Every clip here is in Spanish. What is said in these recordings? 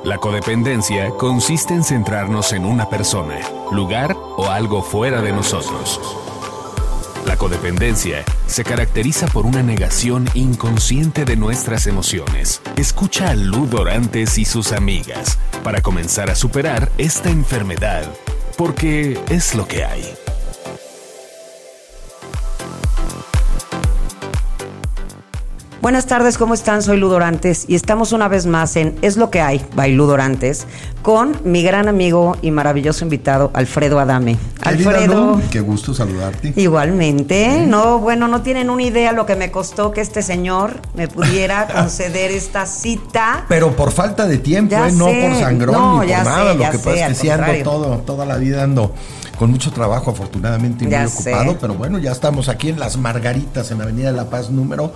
La codependencia consiste en centrarnos en una persona, lugar o algo fuera de nosotros. La codependencia se caracteriza por una negación inconsciente de nuestras emociones. Escucha a Lu Dorantes y sus amigas para comenzar a superar esta enfermedad, porque es lo que hay. Buenas tardes, ¿cómo están? Soy Lu Dorantes y estamos una vez más en Es lo que hay, by Lu Dorantes, con mi gran amigo y maravilloso invitado, Alfredo Adame. Alfredo, Lu, qué gusto saludarte. Igualmente, no tienen una idea lo que me costó que este señor me pudiera conceder esta cita. Pero por falta de tiempo, no por sangrón ni por nada, lo que pasa es que sí ando toda la vida ando con mucho trabajo, afortunadamente, y muy ocupado, pero bueno, ya estamos aquí en Las Margaritas, en Avenida de la Paz, número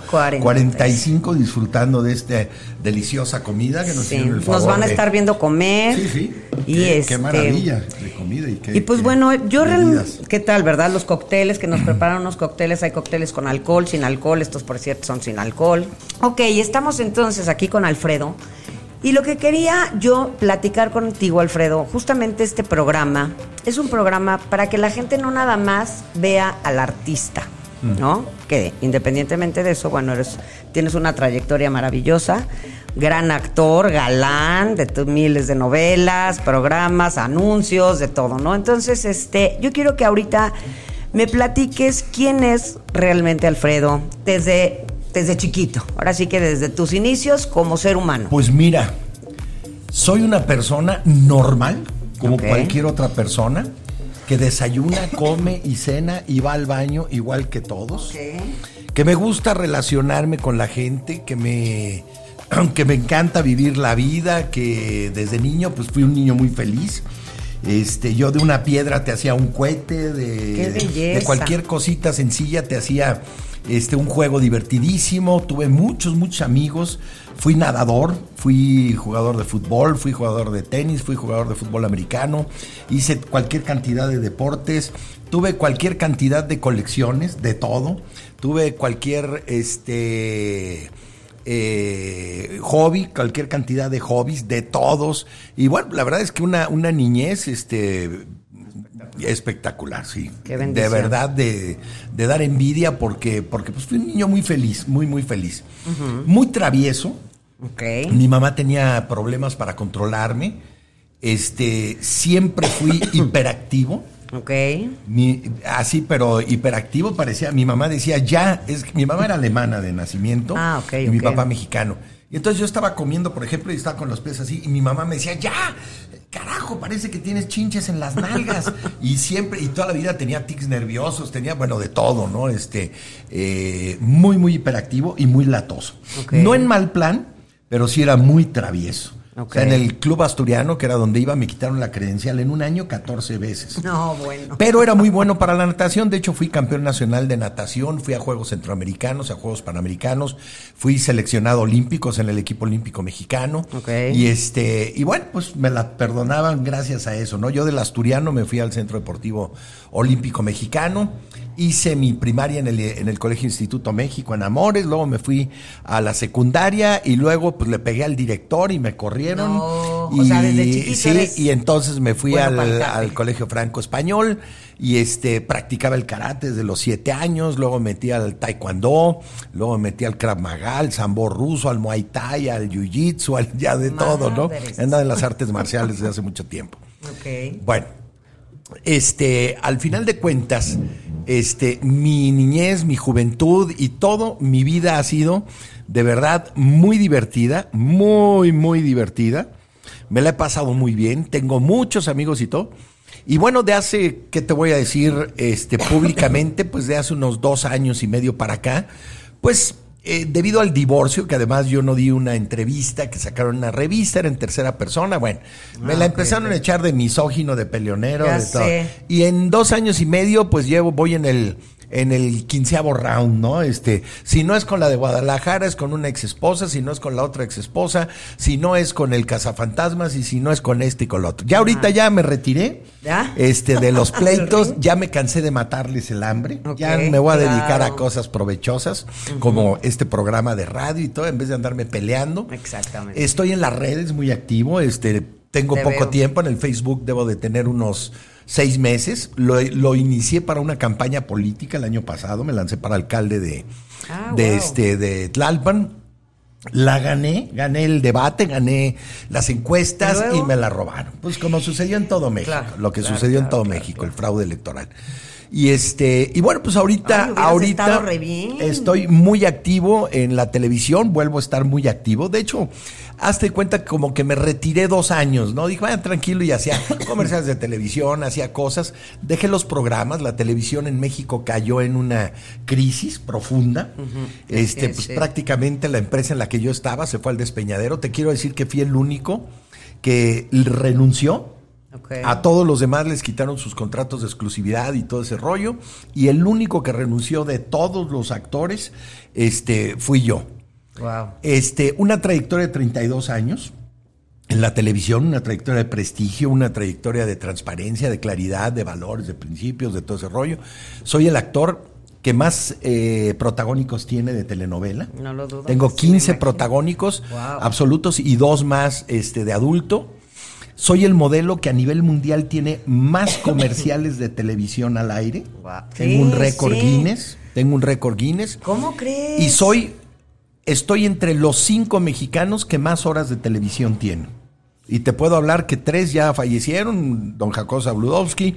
45, disfrutando de esta deliciosa comida que nos tienen el favor. Nos van a estar viendo comer. Sí. Y qué maravilla de comida. Y pues bueno, yo realmente, ¿qué tal, verdad? Los cócteles, que nos preparan unos cócteles, hay cócteles con alcohol, sin alcohol, estos por cierto son sin alcohol. Ok, estamos entonces aquí con Alfredo. Y lo que quería yo platicar contigo, Alfredo, justamente este programa, es un programa para que la gente no nada más vea al artista, ¿no? Que independientemente de eso, bueno, tienes una trayectoria maravillosa, gran actor, galán, de miles de novelas, programas, anuncios, de todo, ¿no? Entonces, yo quiero que ahorita me platiques quién es realmente Alfredo desde chiquito, ahora sí que desde tus inicios como ser humano. Pues mira, soy una persona normal, como cualquier otra persona, que desayuna, come y cena y va al baño igual que todos, que me gusta relacionarme con la gente, que me encanta vivir la vida, que desde niño pues fui un niño muy feliz. Yo de una piedra te hacía un cohete, de cualquier cosita sencilla te hacía un juego divertidísimo. Tuve muchos amigos. Fui nadador, fui jugador de fútbol, fui jugador de tenis, fui jugador de fútbol americano. Hice cualquier cantidad de deportes. Tuve cualquier cantidad de colecciones, de todo. Tuve cualquier hobby, cualquier cantidad de hobbies, de todos. Y bueno, la verdad es que una niñez espectacular, sí. Qué bendición. De verdad, de dar envidia porque pues fui un niño muy feliz, muy feliz. Muy travieso. Mi mamá tenía problemas para controlarme. Siempre fui hiperactivo. Así, pero hiperactivo parecía. Mi mamá decía, mi mamá era alemana de nacimiento y mi papá mexicano. Y entonces yo estaba comiendo, por ejemplo, y estaba con los pies así, y mi mamá me decía, carajo, parece que tienes chinches en las nalgas. Y toda la vida tenía tics nerviosos, tenía, bueno, de todo, ¿no? Muy hiperactivo y muy latoso. No en mal plan, pero sí era muy travieso. O sea, en el club asturiano, que era donde iba, me quitaron la credencial en un año 14 veces. No, bueno. Pero era muy bueno para la natación. De hecho, fui campeón nacional de natación, fui a Juegos Centroamericanos, a Juegos Panamericanos, fui seleccionado olímpicos en el equipo olímpico mexicano. Y bueno, pues me la perdonaban gracias a eso, ¿no? Yo del asturiano me fui al Centro Deportivo Olímpico Mexicano. Hice mi primaria en el Colegio Instituto México en Amores, luego me fui a la secundaria y luego pues le pegué al director y me corrieron. O sea, desde chiquito. Sí, y entonces me fui al Colegio Franco Español y practicaba el karate desde los 7 años, luego me metí al taekwondo, luego me metí al Krav Maga, al sambo ruso, al muay thai, al jiu-jitsu, ya de todo, ¿no? Andaba en las artes marciales desde hace mucho tiempo. Bueno, al final de cuentas, mi niñez, mi juventud y todo, mi vida ha sido de verdad muy divertida, muy divertida. Me la he pasado muy bien, tengo muchos amigos y todo. Y bueno, ¿qué te voy a decir públicamente? Pues de hace unos 2 años y medio para acá, pues debido al divorcio, que además yo no di una entrevista, que sacaron una revista, era en tercera persona, bueno, me la empezaron a echar de misógino, de peleonero, de todo. Y en 2 años y medio, pues voy en en el 15º round, ¿no? Si no es con la de Guadalajara, es con una ex esposa, si no es con la otra ex esposa, si no es con el cazafantasmas y si no es con este y con lo otro. Ya ahorita ya me retiré, ¿ya? De los pleitos, ya me cansé de matarles el hambre, ya me voy a dedicar a cosas provechosas, como este programa de radio y todo, en vez de andarme peleando. Exactamente. Estoy en las redes muy activo, tengo poco tiempo en el Facebook, debo de tener unos 6 meses. Lo inicié para una campaña política el año pasado, me lancé para alcalde de Tlalpan. La gané el debate, gané las encuestas y me la robaron. Pues como sucedió en todo México, sucedió en todo México, el fraude electoral. Y bueno, pues ahorita estoy muy activo en la televisión, vuelvo a estar muy activo. De hecho, hazte cuenta que como que me retiré 2 años, ¿no? Dije, vaya, tranquilo, y hacía comerciales de televisión, hacía cosas. Dejé los programas, la televisión en México cayó en una crisis profunda. Pues prácticamente la empresa en la que yo estaba se fue al despeñadero. Te quiero decir que fui el único que renunció. A todos los demás les quitaron sus contratos de exclusividad y todo ese rollo, y el único que renunció de todos los actores fui yo. Wow. Una trayectoria de 32 años en la televisión, una trayectoria de prestigio, una trayectoria de transparencia, de claridad, de valores, de principios, de todo ese rollo. Soy el actor que más protagónicos tiene de telenovela. No lo dudo. Tengo 15 protagónicos absolutos y 2 más de adulto. Soy el modelo que a nivel mundial tiene más comerciales de televisión al aire. Wow. Tengo un récord Guinness. ¿Cómo crees? Y estoy entre los 5 mexicanos que más horas de televisión tienen. Y te puedo hablar que 3 ya fallecieron, don Jacobo Zabludovsky,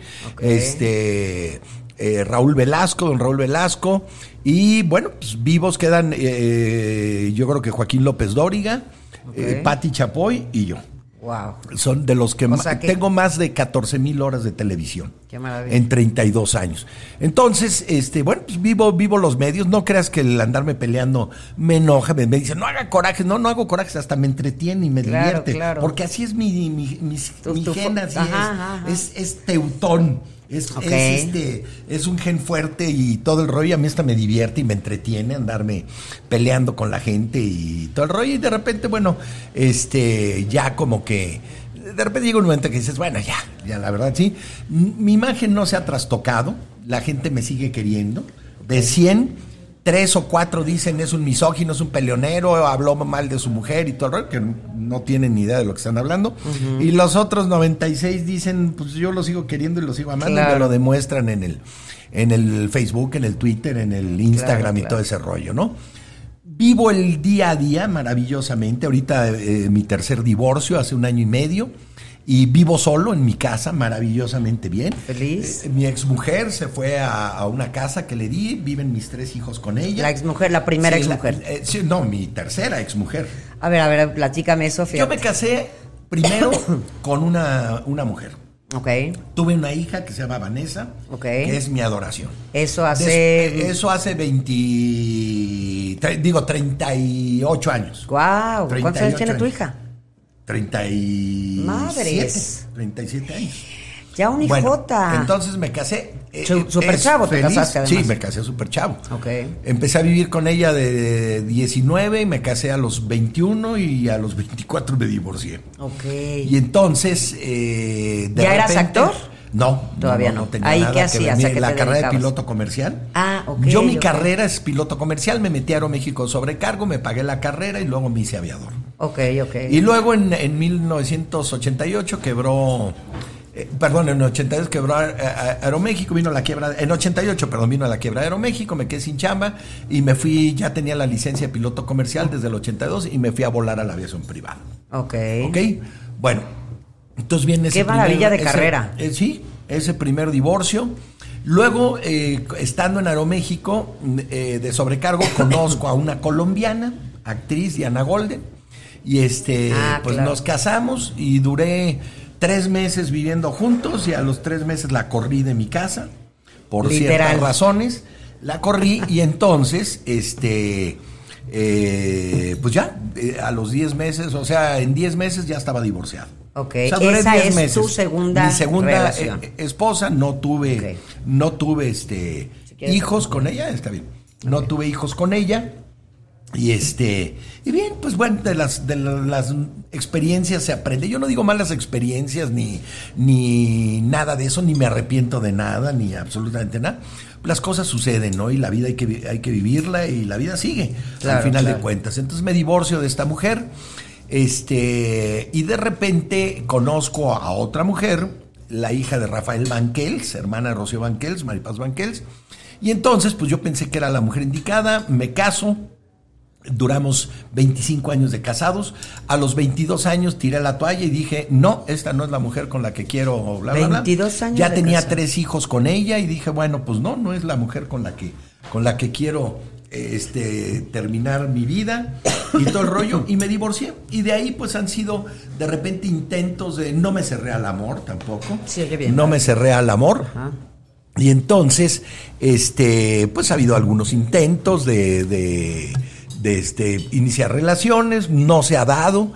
don Raúl Velasco, y bueno, pues vivos quedan, yo creo que Joaquín López Dóriga, Pati Chapoy y yo. Wow. Son de los que, tengo más de 14,000 horas de televisión. Qué maravilla. En 32 años. Entonces, bueno, pues vivo los medios. No creas que el andarme peleando me enoja, me dicen, no haga corajes. No hago corajes, hasta me entretiene y me divierte. Claro. Porque así es mi gen, así es teutón. Es un gen fuerte y todo el rollo. A mí hasta me divierte y me entretiene andarme peleando con la gente y todo el rollo. Y de repente, bueno, ya como que de repente llega un momento que dices, bueno, ya la verdad sí. Mi imagen no se ha trastocado, la gente me sigue queriendo. De 100, 3 o 4 dicen es un misógino, es un peleonero, habló mal de su mujer y todo el rollo, que no tienen ni idea de lo que están hablando. Y los otros 96 dicen, pues yo lo sigo queriendo y lo sigo amando, y me lo demuestran en el Facebook, en el Twitter, en el Instagram y todo ese rollo, ¿no? Vivo el día a día maravillosamente. Ahorita mi tercer divorcio hace 1 año y medio. Y vivo solo en mi casa, maravillosamente bien. Feliz. Mi exmujer se fue a una casa que le di, viven mis 3 hijos con ella. La exmujer, la primera exmujer. No, mi tercera exmujer. A ver, platícame eso, fíjate. Yo me casé primero con una mujer. Ok. Tuve una hija que se llama Vanessa, que es mi adoración. Eso hace 38 años. Guau, ¿cuántos años tiene tu hija? 37 años. Ya un hijota. Bueno, entonces me casé. Súper chavo te casaste, además. Sí, me casé súper chavo. Ok. Empecé a vivir con ella de 19 y me casé a los 21 y a los 24 me divorcié. Ok. Y entonces, ¿Ya eras actor? No, todavía no. tenía ¿Ahí nada qué hacías? que ver. La carrera de piloto comercial. Yo mi carrera es piloto comercial, me metí a Aeroméxico sobrecargo, me pagué la carrera y luego me hice aviador. Ok. Y luego en 1988 quebró, en 82 quebró Aeroméxico, vino la quiebra, en 88, vino la quiebra de Aeroméxico, me quedé sin chamba y me fui, ya tenía la licencia de piloto comercial desde el 82 y me fui a volar a la aviación privada. Ok. Bueno, entonces viene ese qué maravilla de carrera. Sí, ese primer divorcio. Luego, estando en Aeroméxico de sobrecargo, conozco a una colombiana, actriz, Diana Golden, y nos casamos y duré 3 meses viviendo juntos y a los 3 meses la corrí de mi casa por ciertas razones. La corrí y entonces, pues ya, a los 10 meses, o sea, en 10 meses ya estaba divorciado. Ok, o sea, duré esa 10 es meses. tu segunda Mi segunda relación. esposa, no tuve hijos con ella, está bien. No tuve hijos con ella. Y y bien, pues bueno, de las experiencias se aprende. Yo no digo malas experiencias ni nada de eso, ni me arrepiento de nada, ni absolutamente nada. Las cosas suceden, ¿no? Y la vida hay que vivirla y la vida sigue, al final de cuentas. Entonces me divorcio de esta mujer, y de repente conozco a otra mujer, la hija de Rafael Banquels, hermana de Rocío Banquels, Maripaz Banquels. Y entonces, pues yo pensé que era la mujer indicada, me caso. Duramos 25 años de casados. A los 22 años tiré la toalla y dije, no, esta no es la mujer con la que quiero, bla, bla, bla. 22 años. Ya tenía casado. 3 hijos con ella y dije, bueno, pues no es la mujer con la que quiero terminar mi vida y todo el rollo, y me divorcié. Y de ahí pues han sido de repente intentos de, no me cerré al amor tampoco. Sí, qué bien. No me cerré al amor. Ajá. Y entonces, pues ha habido algunos intentos de iniciar relaciones, no se ha dado,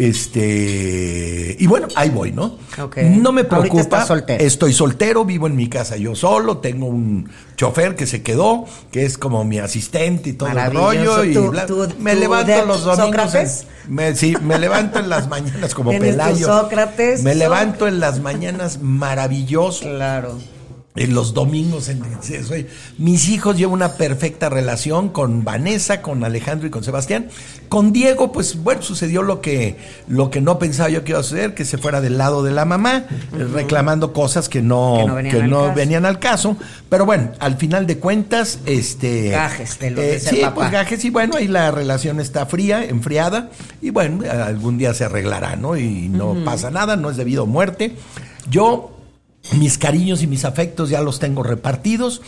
y bueno, ahí voy, ¿no? Okay. No me preocupa. Estás soltero. Estoy soltero, vivo en mi casa yo solo, tengo un chofer que se quedó, que es como mi asistente y todo el rollo, y me levanto los domingos. Me levanto en las mañanas como Pelayo. Sócrates. Me levanto en las mañanas maravilloso. Claro. En los domingos, mis hijos llevan una perfecta relación con Vanessa, con Alejandro y con Sebastián. Con Diego, pues bueno, sucedió lo que no pensaba yo que iba a suceder, que se fuera del lado de la mamá, reclamando cosas que no venían al caso. Pero bueno, al final de cuentas, gajes de lo de ser papá. Pues gajes, y bueno, ahí la relación está enfriada, y bueno, algún día se arreglará, ¿no? Y no pasa nada, no es debido a muerte. Mis cariños y mis afectos ya los tengo repartidos,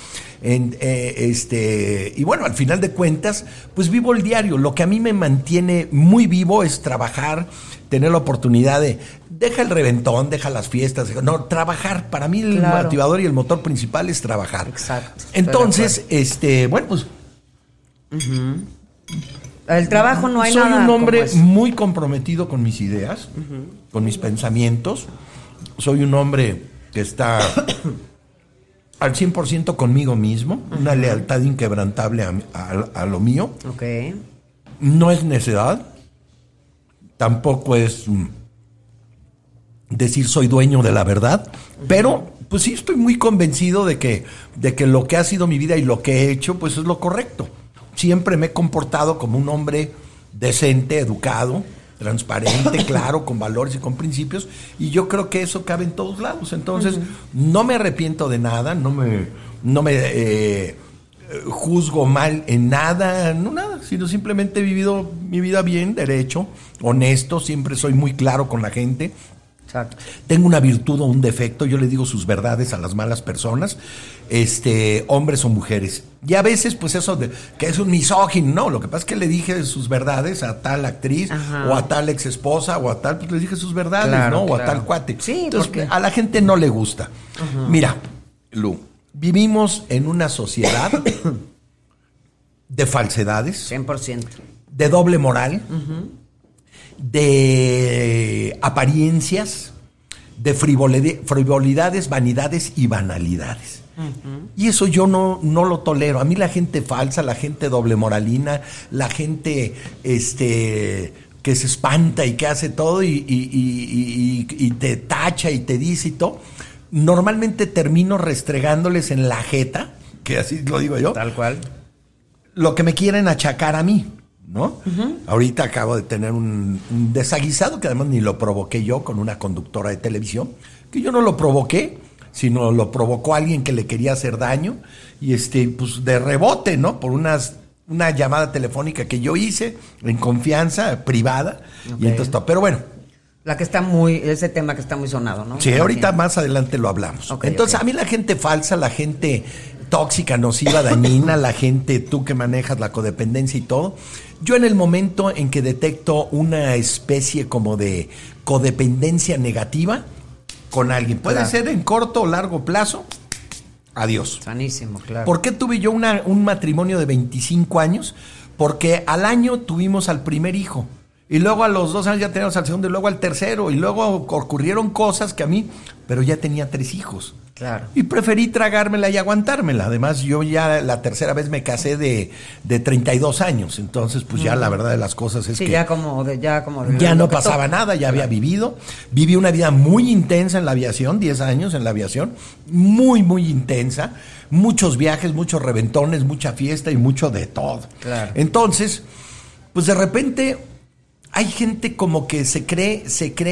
y bueno, al final de cuentas, pues vivo el diario. Lo que a mí me mantiene muy vivo es trabajar, tener la oportunidad deja el reventón, deja las fiestas, trabajar. Para mí el motivador y el motor principal es trabajar. Exacto. Entonces, bueno, pues... El trabajo no hay nada. Soy un hombre muy comprometido con mis ideas, con mis pensamientos. Soy un hombre que está al 100% conmigo mismo, una lealtad inquebrantable a lo mío. Okay. No es necedad, tampoco es decir soy dueño de la verdad, pero pues sí estoy muy convencido de que lo que ha sido mi vida y lo que he hecho, pues es lo correcto. Siempre me he comportado como un hombre decente, educado, transparente, claro, con valores y con principios, y yo creo que eso cabe en todos lados. Entonces, no me arrepiento de nada, no me juzgo mal en nada, sino simplemente he vivido mi vida bien, derecho, honesto, siempre soy muy claro con la gente. Exacto. Tengo una virtud o un defecto, yo le digo sus verdades a las malas personas, hombres o mujeres. Y a veces, pues eso de que es un misógino, no, lo que pasa es que le dije sus verdades a tal actriz, o a tal ex esposa, o a tal, pues le dije sus verdades, ¿no? O a tal cuate. Sí, entonces, porque a la gente no le gusta. Mira, Lu, vivimos en una sociedad de falsedades, 100%, de doble moral, de apariencias, de frivolidades, vanidades y banalidades. Y eso yo no lo tolero. A mí la gente falsa, la gente doble moralina, la gente que se espanta y que hace todo y te tacha y te dice y todo, normalmente termino restregándoles en la jeta, que así lo digo yo, tal cual, lo que me quieren achacar a mí, ¿no? Ahorita acabo de tener un desaguisado que además ni lo provoqué yo, con una conductora de televisión, que yo no lo provoqué, sino lo provocó alguien que le quería hacer daño, y pues de rebote, ¿no? Por una llamada telefónica que yo hice en confianza, privada, y entonces todo. Pero bueno, ese tema que está muy sonado, ¿no? Sí, ahorita más adelante lo hablamos. Entonces, a mí la gente falsa, la gente tóxica, nociva, dañina, la gente, tú que manejas la codependencia y todo, yo en el momento en que detecto una especie como de codependencia negativa con alguien, puede ser en corto o largo plazo, adiós. Sanísimo, claro. ¿Por qué tuve yo un matrimonio de 25 años? Porque al año tuvimos al primer hijo. Y luego a los 2 años ya teníamos al segundo, y luego al tercero, y luego ocurrieron cosas que a mí, pero ya tenía 3 hijos. Claro. Y preferí tragármela y aguantármela. Además, yo ya la tercera vez me casé de 32 años. Entonces, pues ya la verdad de las cosas es que... ya no pasaba nada, ya había vivido. Viví una vida muy intensa en la aviación, 10 años en la aviación. Muy, muy intensa. Muchos viajes, muchos reventones, mucha fiesta y mucho de todo. Claro. Entonces, pues de repente hay gente como que se cree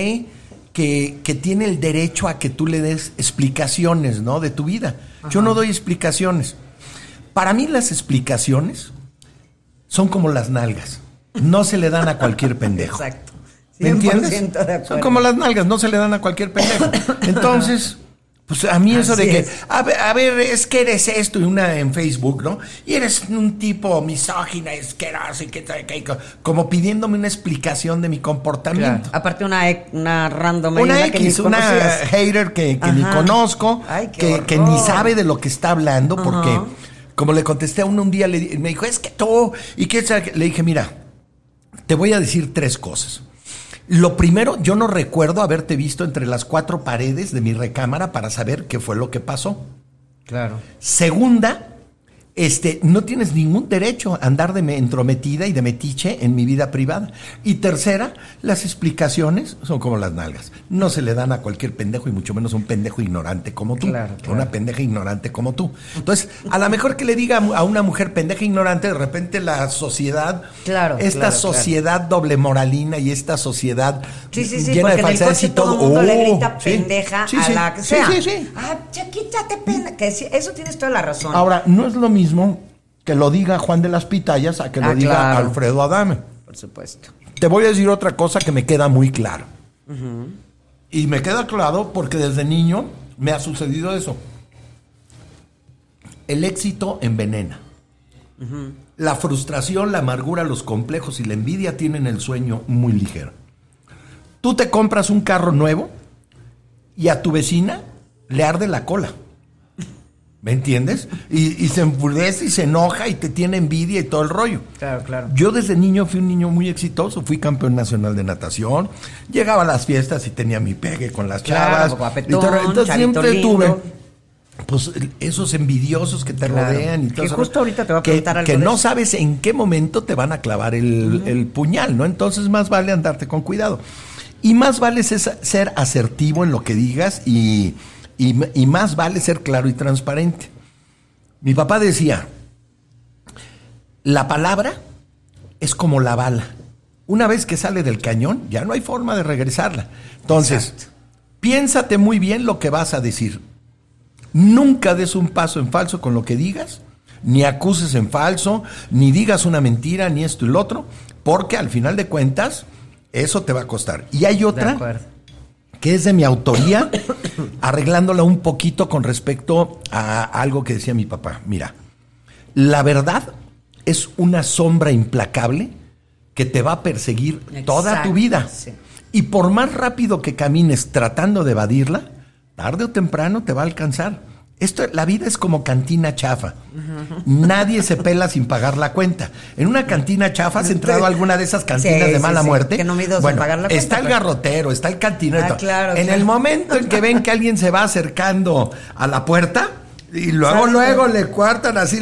que tiene el derecho a que tú le des explicaciones, ¿no? De tu vida. Ajá. Yo no doy explicaciones. Para mí las explicaciones son como las nalgas. No se le dan a cualquier pendejo. Exacto. ¿Me entiendes? Son como las nalgas, no se le dan a cualquier pendejo. Entonces, pues a mí eso Así de que, es. a ver, es que eres esto, y una en Facebook, ¿no? Y eres un tipo misógino, asqueroso, y que como pidiéndome una explicación de mi comportamiento. Claro. Aparte una random. Una X, una hater que ni conozco, que ni sabe de lo que está hablando, porque como le contesté a uno un día, me dijo, es que tú, y que le dije, mira, te voy a decir 3 cosas. Lo primero, yo no recuerdo haberte visto entre las 4 paredes de mi recámara para saber qué fue lo que pasó. Claro. Segunda, no tienes ningún derecho a andar de entrometida y de metiche en mi vida privada. Y tercera, las explicaciones son como las nalgas. No se le dan a cualquier pendejo y mucho menos a un pendejo ignorante como tú. Claro. Una pendeja ignorante como tú. Entonces, a lo mejor que le diga a una mujer pendeja ignorante, de repente la sociedad, sociedad doble moralina y esta sociedad llena de falsedades y todo. El mundo le grita pendeja a la que sea. Sí. Ah, chiquita, te pendeja. Que eso tienes toda la razón. Ahora, no es lo mismo que lo diga Juan de las Pitayas a que lo diga Alfredo Adame. Por supuesto. Te voy a decir otra cosa que me queda muy claro. Y me queda claro porque desde niño me ha sucedido eso. El éxito envenena. La frustración, la amargura, los complejos y la envidia tienen el sueño muy ligero. Tú te compras un carro nuevo y a tu vecina le arde la cola. ¿Me entiendes? Y se enfurece y se enoja y te tiene envidia y todo el rollo. Claro. Yo desde niño fui un niño muy exitoso, fui campeón nacional de natación, llegaba a las fiestas y tenía mi pegue con las chavas. Guapetón, entonces siempre lindo. tuve pues esos envidiosos que te rodean y todo eso. Justo ahorita te voy a preguntar algo que no sabes en qué momento te van a clavar el puñal, ¿no? Entonces más vale andarte con cuidado. Y más vale ser asertivo en lo que digas y más vale ser claro y transparente. Mi papá decía, la palabra es como la bala. Una vez que sale del cañón, ya no hay forma de regresarla. Entonces, piénsate muy bien lo que vas a decir. Nunca des un paso en falso con lo que digas, ni acuses en falso, ni digas una mentira, ni esto y lo otro, porque al final de cuentas, eso te va a costar. Y hay otra que es de mi autoría, arreglándola un poquito con respecto a algo que decía mi papá. Mira, la verdad es una sombra implacable que te va a perseguir toda tu vida. Sí. Y por más rápido que camines tratando de evadirla, tarde o temprano te va a alcanzar. La vida es como cantina chafa. Nadie se pela sin pagar la cuenta. En una cantina chafa, ¿has entrado a alguna de esas cantinas de mala muerte? Que no mido sin pagar la cuenta. Está el garrotero, está el cantinero. Claro, en el momento en que ven que alguien se va acercando a la puerta, y luego le cuartan así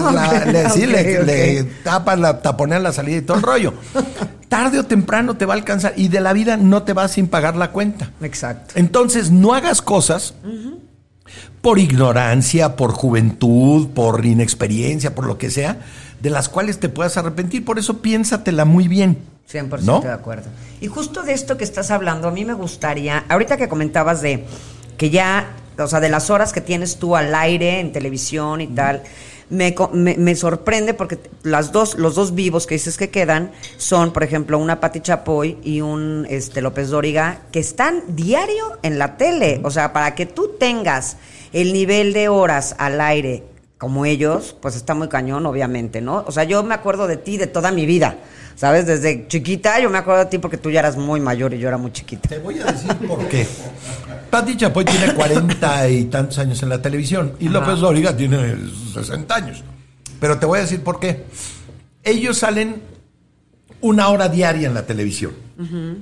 le tapan taponean la salida y todo el rollo. Tarde o temprano te va a alcanzar y de la vida no te va sin pagar la cuenta. Exacto. Entonces no hagas cosas por ignorancia, por juventud, por inexperiencia, por lo que sea, de las cuales te puedas arrepentir. Por eso piénsatela muy bien. 100% ¿no? de acuerdo. Y justo de esto que estás hablando, a mí me gustaría, ahorita que comentabas de que ya, o sea, de las horas que tienes tú al aire en televisión y tal, me sorprende porque los dos vivos que dices que quedan son, por ejemplo, una Pati Chapoy y un López Dóriga, que están diario en la tele. O sea, para que tú tengas el nivel de horas al aire como ellos, pues está muy cañón, obviamente, ¿no? O sea, yo me acuerdo de ti de toda mi vida, ¿sabes? Desde chiquita yo me acuerdo de ti porque tú ya eras muy mayor y yo era muy chiquita. Te voy a decir por qué. Pati Chapoy tiene 40 y tantos años en la televisión y López Dóriga tiene 60 años. Pero te voy a decir por qué. Ellos salen 1 hora diaria en la televisión, ¿ok?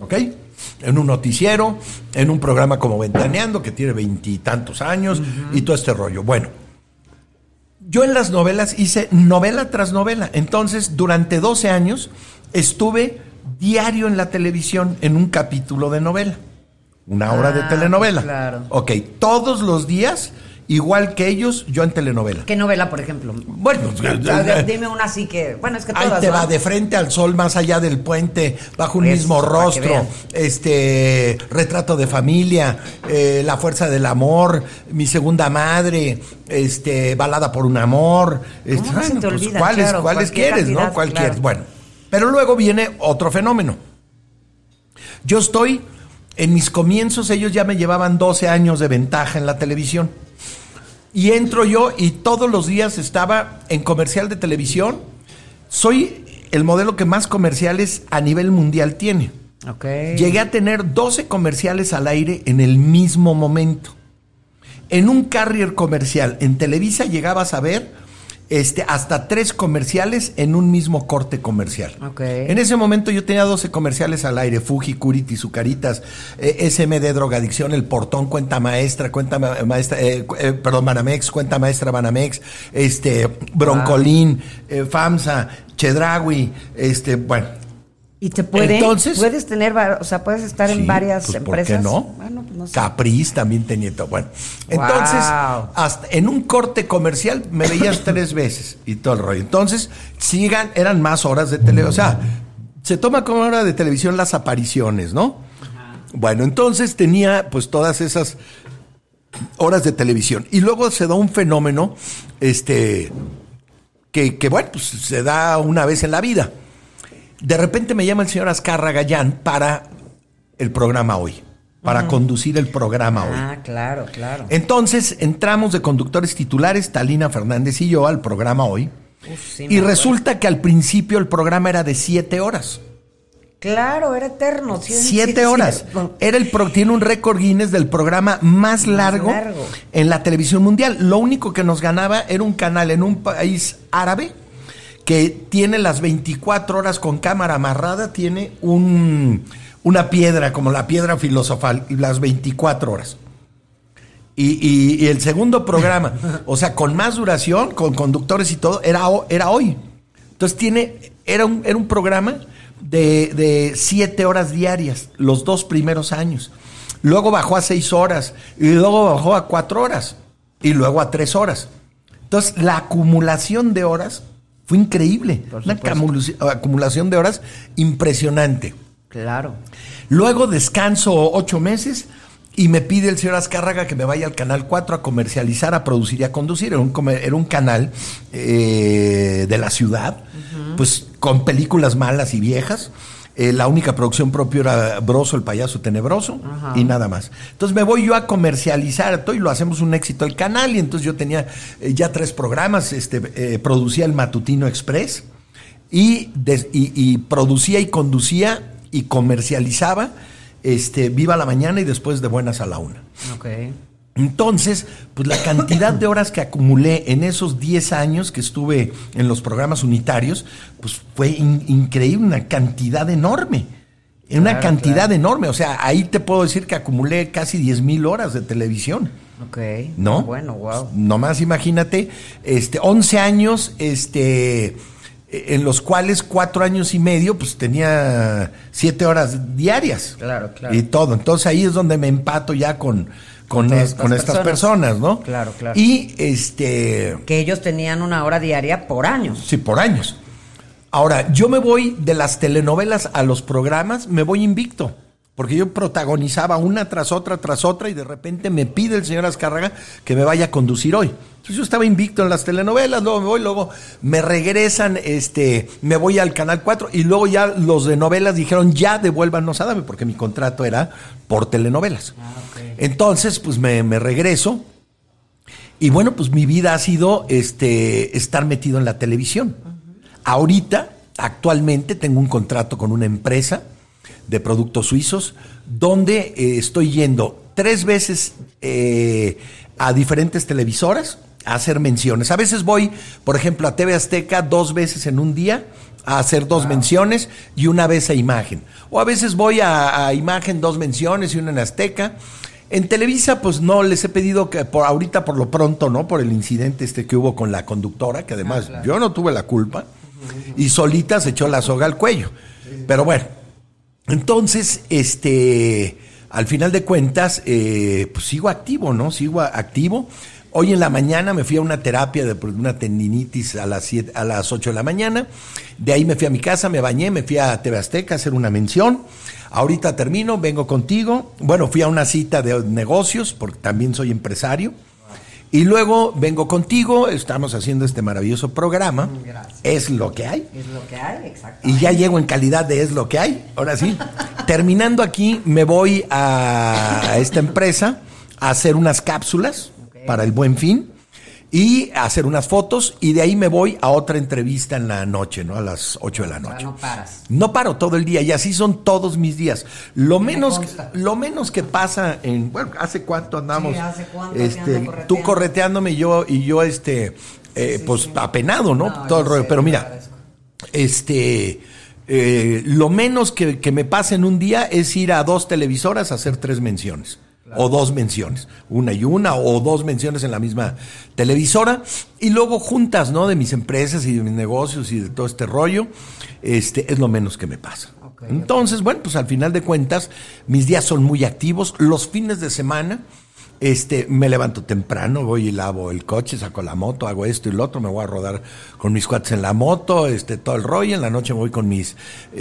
en un noticiero, en un programa como Ventaneando, que tiene 20 y tantos años, y todo este rollo. Bueno, yo en las novelas hice novela tras novela. Entonces, durante 12 años estuve diario en la televisión en un capítulo de novela. Una hora de telenovela. Claro. Ok, todos los días, igual que ellos, yo en telenovela. ¿Qué novela, por ejemplo? Bueno, dime una así que... Bueno, es que todas... Ahí te va, De frente al sol, más allá del puente, bajo un mismo rostro, Retrato de familia, La fuerza del amor, Mi segunda madre, Balada por un amor. ¿Cómo se te olvida? ¿Cuáles quieres, cantidad, no? ¿Cuál claro. quieres? Bueno, pero luego viene otro fenómeno. Yo estoy... En mis comienzos ellos ya me llevaban 12 años de ventaja en la televisión. Y entro yo y todos los días estaba en comercial de televisión. Soy el modelo que más comerciales a nivel mundial tiene. Okay. Llegué a tener 12 comerciales al aire en el mismo momento. En un carrier comercial en Televisa llegabas a ver hasta 3 comerciales en un mismo corte comercial. Okay. En ese momento yo tenía 12 comerciales al aire: Fuji, Curity, Zucaritas, SMD, Drogadicción, El Portón, Cuenta Maestra, Banamex, Cuenta Maestra Banamex, Broncolín, FAMSA, Chedraui, bueno. ¿Y te puedes tener, o sea, puedes estar en varias pues, empresas? ¿por qué no? Bueno, pues no sé. Capriz también tenía todo. Bueno, entonces, hasta en un corte comercial me veías 3 veces y todo el rollo. Entonces, eran más horas de televisión. O sea, se toma como hora de televisión las apariciones, ¿no? Ajá. Bueno, entonces tenía pues todas esas horas de televisión. Y luego se da un fenómeno, que bueno, pues se da una vez en la vida. De repente me llama el señor Azcárraga Gallán para el programa Hoy, para conducir el programa Hoy. Ah, claro. Entonces entramos de conductores titulares, Talina Fernández y yo, al programa Hoy. Sí, y resulta que al principio el programa era de 7 horas. Claro, era eterno. 7 horas. Tiene un récord Guinness del programa más largo en la televisión mundial. Lo único que nos ganaba era un canal en un país árabe que tiene las 24 horas con cámara amarrada, tiene una piedra, como la piedra filosofal, y las 24 horas. Y el segundo programa, o sea, con más duración, con conductores y todo, era Hoy. Entonces era un programa de 7 horas diarias, los 2 primeros años. Luego bajó a 6 horas, y luego bajó a 4 horas, y luego a 3 horas. Entonces, la acumulación de horas fue increíble, una acumulación de horas impresionante. Claro. Luego descanso 8 meses y me pide el señor Azcárraga que me vaya al Canal 4 a comercializar, a producir y a conducir. Era un canal de la ciudad, pues con películas malas y viejas. La única producción propia era Broso, el payaso tenebroso, y nada más. Entonces me voy yo a comercializar todo y lo hacemos un éxito el canal. Y entonces yo tenía ya 3 programas, producía el Matutino Express y producía y conducía y comercializaba Viva la Mañana y después de Buenas a la 1. Okay. Entonces, pues la cantidad de horas que acumulé en esos 10 años que estuve en los programas unitarios, pues fue increíble, una cantidad enorme. Enorme. O sea, ahí te puedo decir que acumulé casi 10,000 horas de televisión. Ok. ¿No? Bueno, wow. Nomás imagínate, 11 años, en los cuales 4 años y medio, pues tenía 7 horas diarias. Claro. Y todo. Entonces ahí es donde me empato ya con estas personas, ¿no? Claro. Y que ellos tenían 1 hora diaria por años. Sí, por años. Ahora, yo me voy de las telenovelas a los programas, me voy invicto. Porque yo protagonizaba una tras otra, y de repente me pide el señor Azcárraga que me vaya a conducir Hoy. Entonces yo estaba invicto en las telenovelas, luego me voy, luego me regresan, me voy al Canal 4 y luego ya los de novelas dijeron ya devuélvanos a Adame, porque mi contrato era por telenovelas. Okay. Entonces, pues me regreso y bueno, pues mi vida ha sido estar metido en la televisión. Ahorita, actualmente, tengo un contrato con una empresa de productos suizos, donde estoy yendo 3 veces a diferentes televisoras a hacer menciones. A veces voy, por ejemplo, a TV Azteca 2 veces en un día a hacer 2 menciones y una vez a Imagen. O a veces voy a Imagen 2 menciones y una en Azteca. En Televisa, pues no, les he pedido que ahorita por lo pronto, ¿no? Por el incidente que hubo con la conductora, que además claro. Yo no tuve la culpa, y solita se echó la soga al cuello. Pero bueno, entonces, al final de cuentas, pues sigo activo, ¿no? Sigo activo. Hoy en la mañana me fui a una terapia de una tendinitis a las 8 de la mañana. De ahí me fui a mi casa, me bañé, me fui a TV Azteca a hacer una mención. Ahorita termino, vengo contigo. Bueno, fui a una cita de negocios, porque también soy empresario. Y luego vengo contigo, estamos haciendo este maravilloso programa. Gracias. Es lo que hay. Es lo que hay, exacto. Y ya llego en calidad de es lo que hay. Ahora sí. Terminando aquí, me voy a esta empresa a hacer unas cápsulas para el Buen Fin y a hacer unas fotos, y de ahí me voy a otra entrevista en la noche, ¿no? A las 8 de la noche. O sea, no paras. No paro todo el día, y así son todos mis días. Lo menos que pasa bueno, ¿hace cuánto andamos? Sí, ¿hace cuánto tú correteándome y yo pues apenado, ¿no? Todo el rollo. Pero mira, lo menos que me pasa en un día es ir a 2 televisoras a hacer 3 menciones. Claro. O 2 menciones, una o 2 menciones en la misma televisora, y luego juntas, ¿no? De mis empresas y de mis negocios y de todo este rollo, es lo menos que me pasa. Okay, entonces, bueno, pues al final de cuentas, mis días son muy activos. Los fines de semana, me levanto temprano, voy y lavo el coche, saco la moto, hago esto y lo otro, me voy a rodar con mis cuates en la moto, todo el rollo. En la noche me voy con mis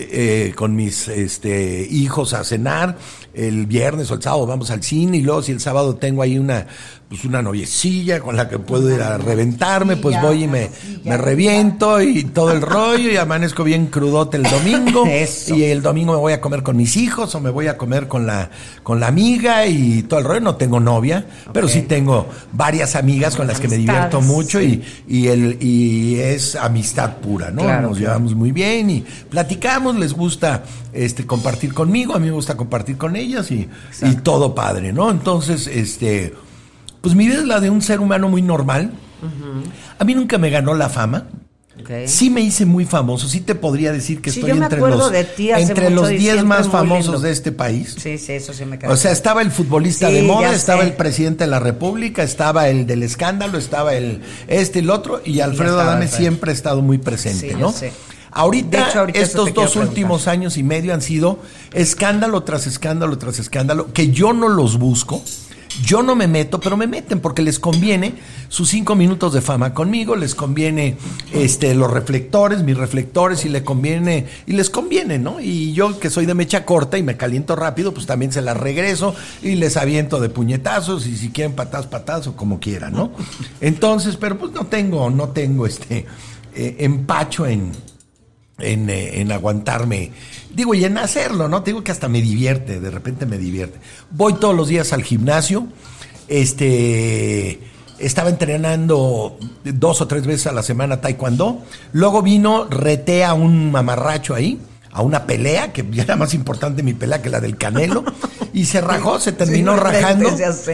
hijos a cenar. El viernes o el sábado vamos al cine, y luego si el sábado tengo ahí una noviecilla con la que puedo ir a reventarme, pues voy y me reviento y todo el rollo, y amanezco bien crudote el domingo. Eso. Y el domingo me voy a comer con mis hijos, o me voy a comer con la amiga y todo el rollo. No tengo novia, pero sí tengo varias amigas con las que me divierto mucho, sí. y es amistad pura, ¿no? Claro, Nos llevamos muy bien y platicamos, les gusta compartir conmigo, a mí me gusta compartir con ellas y todo padre, ¿no? Entonces, pues mi vida es la de un ser humano muy normal. Uh-huh. A mí nunca me ganó la fama. Okay. Sí me hice muy famoso, sí te podría decir que estoy entre los 10 más famosos de este país. Sí, eso sí me queda. O sea, estaba el futbolista de moda, estaba el presidente de la República, estaba el del escándalo, estaba el el otro, y Alfredo Adame siempre ha estado muy presente, ¿no? Sé. Ahorita estos 2 últimos años y medio han sido escándalo tras escándalo tras escándalo, que yo no los busco. Yo no me meto, pero me meten porque les conviene sus 5 minutos de fama conmigo, les conviene los reflectores, mis reflectores, y les conviene, ¿no? Y yo, que soy de mecha corta y me caliento rápido, pues también se las regreso y les aviento de puñetazos, y si quieren patadas o como quieran, ¿no? Entonces, pero pues no tengo empacho en aguantarme, digo, y en hacerlo, ¿no? Te digo que hasta me divierte, de repente me divierte. Voy todos los días al gimnasio, estaba entrenando 2 o 3 veces a la semana taekwondo, luego reté a un mamarracho ahí, a una pelea, que ya era más importante mi pelea que la del Canelo, y se rajó, se terminó rajando,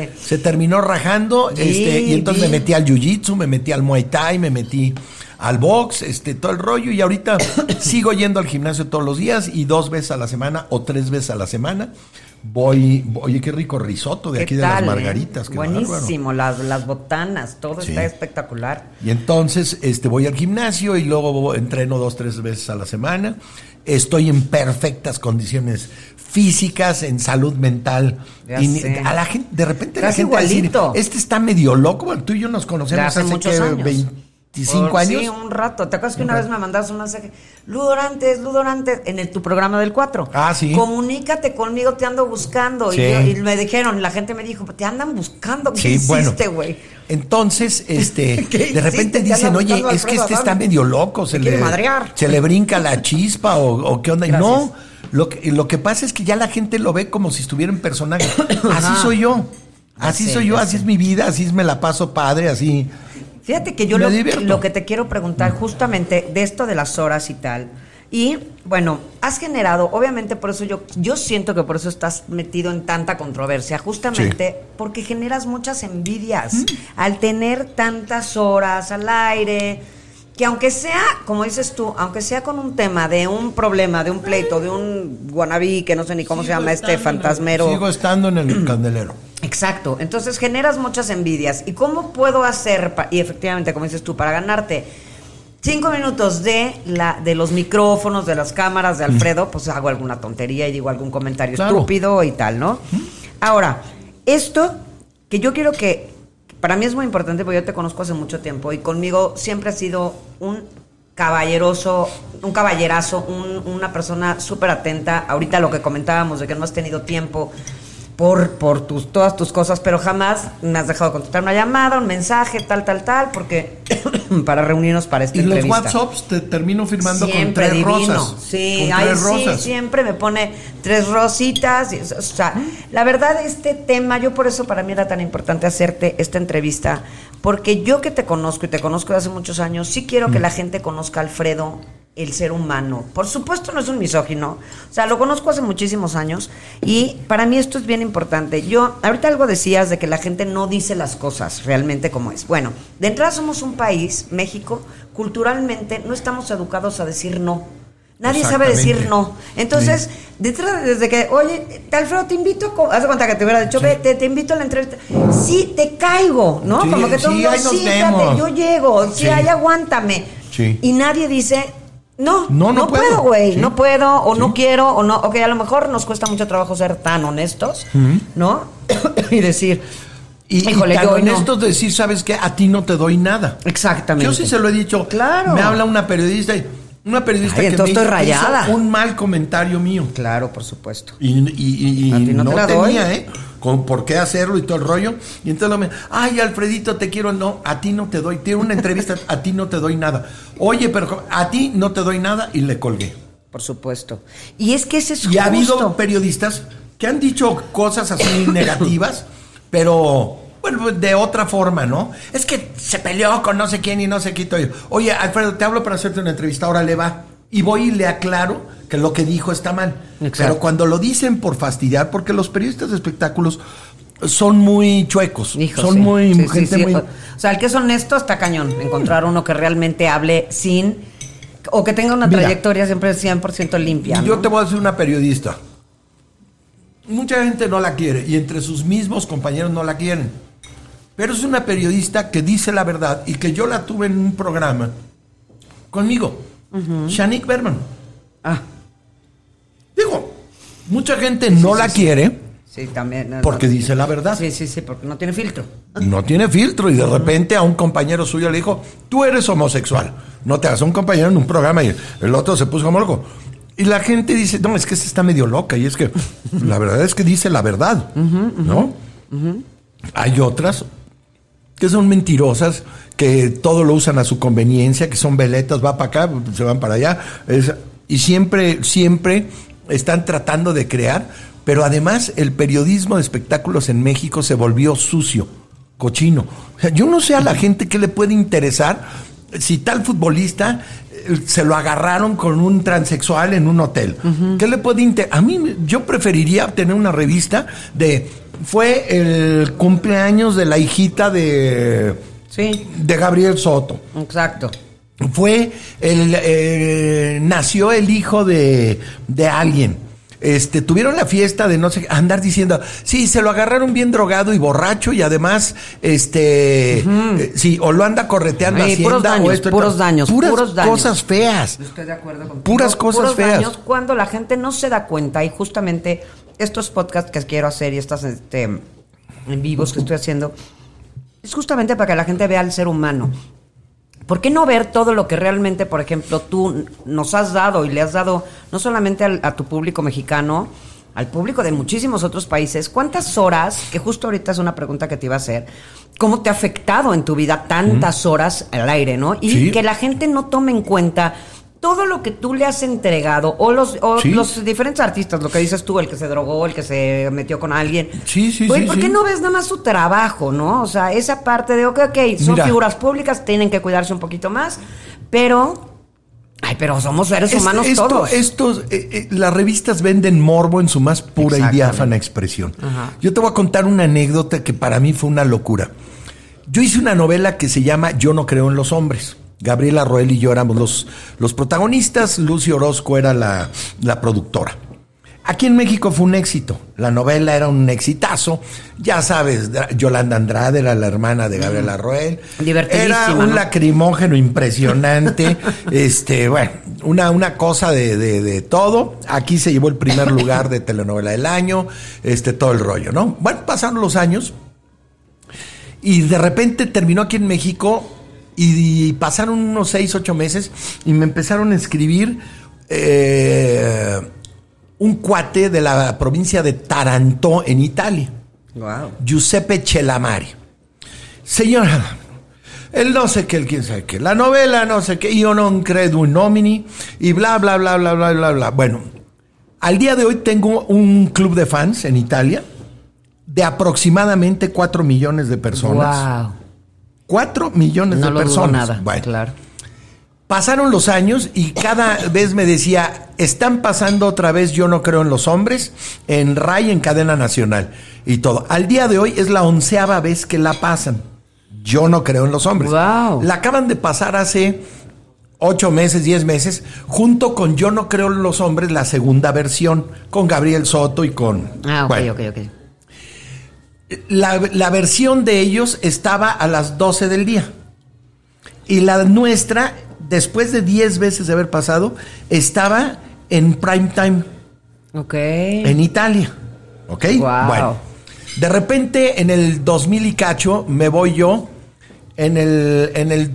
y entonces me metí al jiu-jitsu, me metí al muay thai, me metí al box, todo el rollo, y ahorita sigo yendo al gimnasio todos los días, y 2 veces a la semana o 3 veces a la semana voy. Oye, qué rico risotto de aquí de las Margaritas. Buenísimo, las botanas, todo está espectacular. Y entonces voy al gimnasio y luego entreno 2-3 veces a la semana. Estoy en perfectas condiciones físicas, en salud mental. A la gente, de repente, la gente decir, está medio loco. Bueno, tú y yo nos conocemos hace muchos años. 25 años. Sí, un rato. ¿Te acuerdas que una vez me mandaste un mensaje? Ludorantes, en tu programa del 4. Ah, sí. Comunícate conmigo, te ando buscando. Sí. Y me dijeron, la gente me dijo, te andan buscando. ¿Qué hiciste, güey? Entonces, de repente dicen, oye, es que está medio loco, se le brinca la chispa o qué onda. Gracias. Y no, lo que pasa es que ya la gente lo ve como si estuviera en personaje. Así soy yo. Así es mi vida, así me la paso padre, así. Fíjate que yo lo que te quiero preguntar justamente de esto de las horas y tal, y bueno, has generado, obviamente por eso yo siento que por eso estás metido en tanta controversia, justamente porque generas muchas envidias al tener tantas horas al aire, que aunque sea, como dices tú, aunque sea con un tema de un problema, de un pleito, de un wannabe, que no sé ni cómo se llama fantasmero. Sigo estando en el candelero. Exacto, entonces generas muchas envidias. ¿Y cómo puedo hacer, y efectivamente, como dices tú, para ganarte 5 minutos de los micrófonos, de las cámaras de Alfredo, pues hago alguna tontería y digo algún comentario estúpido y tal, ¿no? Ahora, esto que yo quiero que para mí es muy importante porque yo te conozco hace mucho tiempo y conmigo siempre has sido un caballerazo, una persona súper atenta. Ahorita lo que comentábamos de que no has tenido tiempo por todas tus cosas, pero jamás me has dejado contestar una llamada, un mensaje, tal, porque para reunirnos para esta entrevista. Y los WhatsApps te termino firmando siempre con 3 divino. rosas. Sí, con 3 rosas. Sí, siempre me pone 3 rositas. O sea, la verdad, este tema, yo por eso para mí era tan importante hacerte esta entrevista, porque yo que te conozco y te conozco de hace muchos años, sí quiero que la gente conozca a Alfredo, el ser humano. Por supuesto no es un misógino, o sea, lo conozco hace muchísimos años y para mí esto es bien importante. Yo, ahorita algo decías de que la gente no dice las cosas realmente como es. Bueno, de entrada somos un país, México, culturalmente no estamos educados a decir no. Nadie sabe decir no. Entonces, desde que, oye, Alfredo, te invito, haz de cuenta que te hubiera dicho, ve, te invito a la entrevista. Sí, te caigo, ¿no? Sí, como que todo el mundo, sí, fíjate, yo llego, sí, ahí aguántame. Sí. Y nadie dice, no puedo, güey, sí. No puedo, o no quiero, o no, ok, a lo mejor nos cuesta mucho trabajo ser tan honestos, ¿no? Y decir, híjole, y tan honestos de decir, ¿sabes qué? A ti no te doy nada. Exactamente. Yo sí se lo he dicho. Claro. Me habla una periodista que entonces estoy rayada. Hizo un mal comentario mío. Claro, por supuesto. Y a ti no te la tenía, doy. ¿Por qué hacerlo y todo el rollo? Y entonces ay, Alfredito, te quiero. No, a ti no te doy. Tiene una entrevista, a ti no te doy nada. Oye, pero a ti no te doy nada, y le colgué. Por supuesto. Y es que ese es justo. Y ha habido periodistas que han dicho cosas así negativas, pero bueno, de otra forma, ¿no? Es que se peleó con no sé quién y no sé qué. Oye, Alfredo, te hablo para hacerte una entrevista, ahora le va. Y voy y le aclaro que lo que dijo está mal. Exacto. Pero cuando lo dicen por fastidiar, porque los periodistas de espectáculos son muy chuecos. Hijo, son muy... gente muy... O sea, el que es honesto está cañón. Encontrar uno que realmente hable sin... O que tenga una trayectoria siempre 100% limpia, ¿no? Yo te voy a decir una periodista. Mucha gente no la quiere y entre sus mismos compañeros no la quieren. Pero es una periodista que dice la verdad y que yo la tuve en un programa conmigo. Shanique Berman. Digo, mucha gente no la quiere. Sí, también. Porque dice la verdad. Sí, porque no tiene filtro. No tiene filtro y de repente a un compañero suyo le dijo, tú eres homosexual, no te hagas. Un compañero en un programa y el otro se puso como loco. Y la gente dice, no, es que esta está medio loca. Y es que la verdad es que dice la verdad, ¿no? Hay otras que son mentirosas, que todo lo usan a su conveniencia, que son veletas, va para acá, se van para allá. Y siempre están tratando de crear. Pero además el periodismo de espectáculos en México se volvió sucio, cochino. O sea, yo no sé a la gente qué le puede interesar si tal futbolista se lo agarraron con un transexual en un hotel. ¿Qué le puede interesar? A mí, yo preferiría tener una revista de... Fue el cumpleaños de la hijita de Gabriel Soto. Exacto. Fue nació el hijo de alguien. Tuvieron la fiesta de no sé, andar diciendo, sí, se lo agarraron bien drogado y borracho y además, sí, o lo anda correteando Hacienda. Puros daños. Cosas feas. Estoy de acuerdo contigo. Puras cosas feas. Daños cuando la gente no se da cuenta y justamente estos podcasts que quiero hacer y estas en vivos que estoy haciendo es justamente para que la gente vea al ser humano. ¿Por qué no ver todo lo que realmente, por ejemplo, tú nos has dado y le has dado no solamente a tu público mexicano, al público de muchísimos otros países? ¿Cuántas horas, que justo ahorita es una pregunta que te iba a hacer, cómo te ha afectado en tu vida tantas horas al aire, ¿no? Y que la gente no tome en cuenta todo lo que tú le has entregado, o los diferentes artistas, lo que dices tú, el que se drogó, el que se metió con alguien. Oye, ¿por qué no ves nada más su trabajo, no? O sea, esa parte de, ok, son figuras públicas, tienen que cuidarse un poquito más, pero somos seres humanos todos. Las revistas venden morbo en su más pura y diáfana expresión. Yo te voy a contar una anécdota que para mí fue una locura. Yo hice una novela que se llama Yo no creo en los hombres. Gabriela Roel y yo éramos los protagonistas, Lucy Orozco era la productora. Aquí en México fue un éxito, la novela era un exitazo, ya sabes, Yolanda Andrade era la hermana de Gabriela Roel, era un lacrimógeno impresionante, bueno, una cosa de todo. Aquí se llevó el primer lugar de telenovela del año, todo el rollo, ¿no? Bueno, pasaron los años y de repente terminó aquí en México y pasaron unos 6-8 meses y me empezaron a escribir un cuate de la provincia de Taranto, en Italia. Wow. Giuseppe Celamari. Señora, el no sé qué, el quién sabe qué, la novela no sé qué, io non credo in nomini, y bla, bla, bla, bla, bla, bla, bla. Bueno, al día de hoy tengo un club de fans en Italia de aproximadamente 4 millones de personas. Wow. 4 millones de personas. No nada, bueno, claro. Pasaron los años y cada vez me decía, están pasando otra vez Yo no creo en los hombres, en RAI, en cadena nacional y todo. Al día de hoy es la 11ª vez que la pasan. Yo no creo en los hombres. Wow. La acaban de pasar hace 8 meses, 10 meses, junto con Yo no creo en los hombres, la segunda versión, con Gabriel Soto y con... Ah, ok. La versión de ellos estaba a las 12 del día. Y la nuestra, después de 10 veces de haber pasado, estaba en prime time. Ok. En Italia. ¿Ok? Wow. Bueno. De repente, en el 2000 y cacho, me voy yo. En el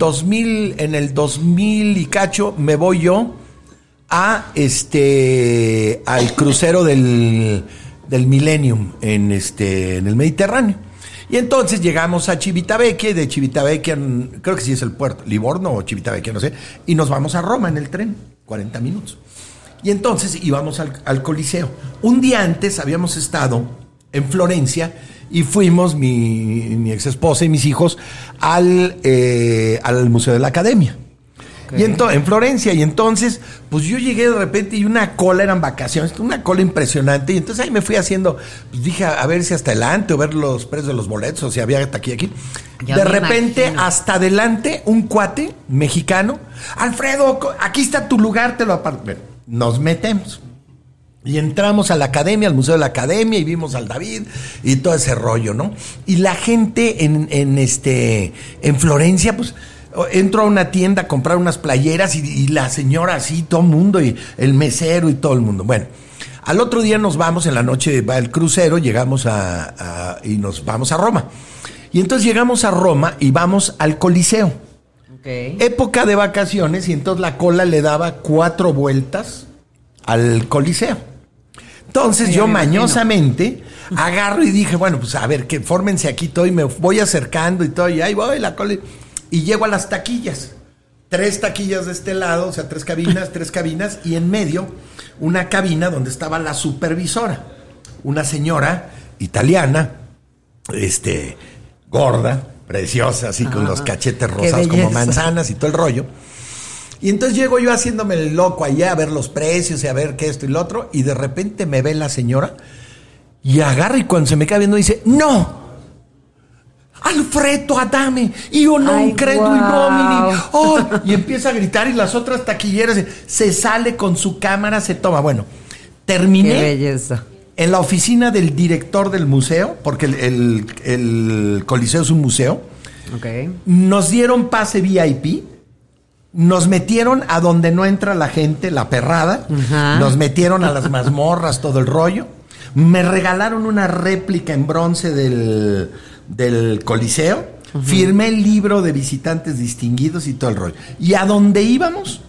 2000 y cacho, me voy yo a al crucero del Millennium en el Mediterráneo. Y entonces llegamos a Civitavecchia, y de Civitavecchia, creo que sí es el puerto, Livorno o Civitavecchia, no sé, y nos vamos a Roma en el tren, 40 minutos. Y entonces íbamos al Coliseo. Un día antes habíamos estado en Florencia y fuimos, mi ex esposa y mis hijos, al Museo de la Academia. Okay. Y en Florencia, y entonces, pues yo llegué de repente y una cola, eran vacaciones, una cola impresionante, y entonces ahí me fui haciendo, pues dije, a ver si hasta adelante, o ver los precios de los boletos, o si había aquí. De repente, imagino, hasta adelante, un cuate mexicano, Alfredo, aquí está tu lugar, te lo aparto. Bueno, nos metemos. Y entramos a la academia, al Museo de la Academia, y vimos al David y todo ese rollo, ¿no? Y la gente en Florencia, pues, entro a una tienda a comprar unas playeras y la señora así, todo el mundo, y el mesero y todo el mundo. Bueno, al otro día nos vamos, en la noche va el crucero, llegamos y nos vamos a Roma. Y entonces llegamos a Roma y vamos al Coliseo. Okay. Época de vacaciones, y entonces la cola le daba 4 vueltas al Coliseo. Entonces yo mañosamente agarro y dije, bueno, pues a ver, que fórmense aquí todo, y me voy acercando y todo, y ahí voy, la cola, y llego a las taquillas. 3 taquillas de este lado, o sea, 3 cabinas, y en medio una cabina donde estaba la supervisora, una señora italiana, gorda, preciosa, así con los cachetes rosados como manzanas y todo el rollo. Y entonces llego yo haciéndome el loco allá a ver los precios y a ver qué esto y lo otro, y de repente me ve la señora y agarra, y cuando se me queda viendo dice, ¡no! Alfredo Adame, io non credo in nomini. Oh, y empieza a gritar, y las otras taquilleras se sale con su cámara, se toma. Bueno, terminé. Qué belleza. En la oficina del director del museo, porque el Coliseo es un museo. Okay. Nos dieron pase VIP. Nos metieron a donde no entra la gente, la perrada. Uh-huh. Nos metieron a las mazmorras, todo el rollo. Me regalaron una réplica en bronce del Coliseo. Uh-huh. Firmé el libro de visitantes distinguidos y todo el rollo. Y a donde íbamos,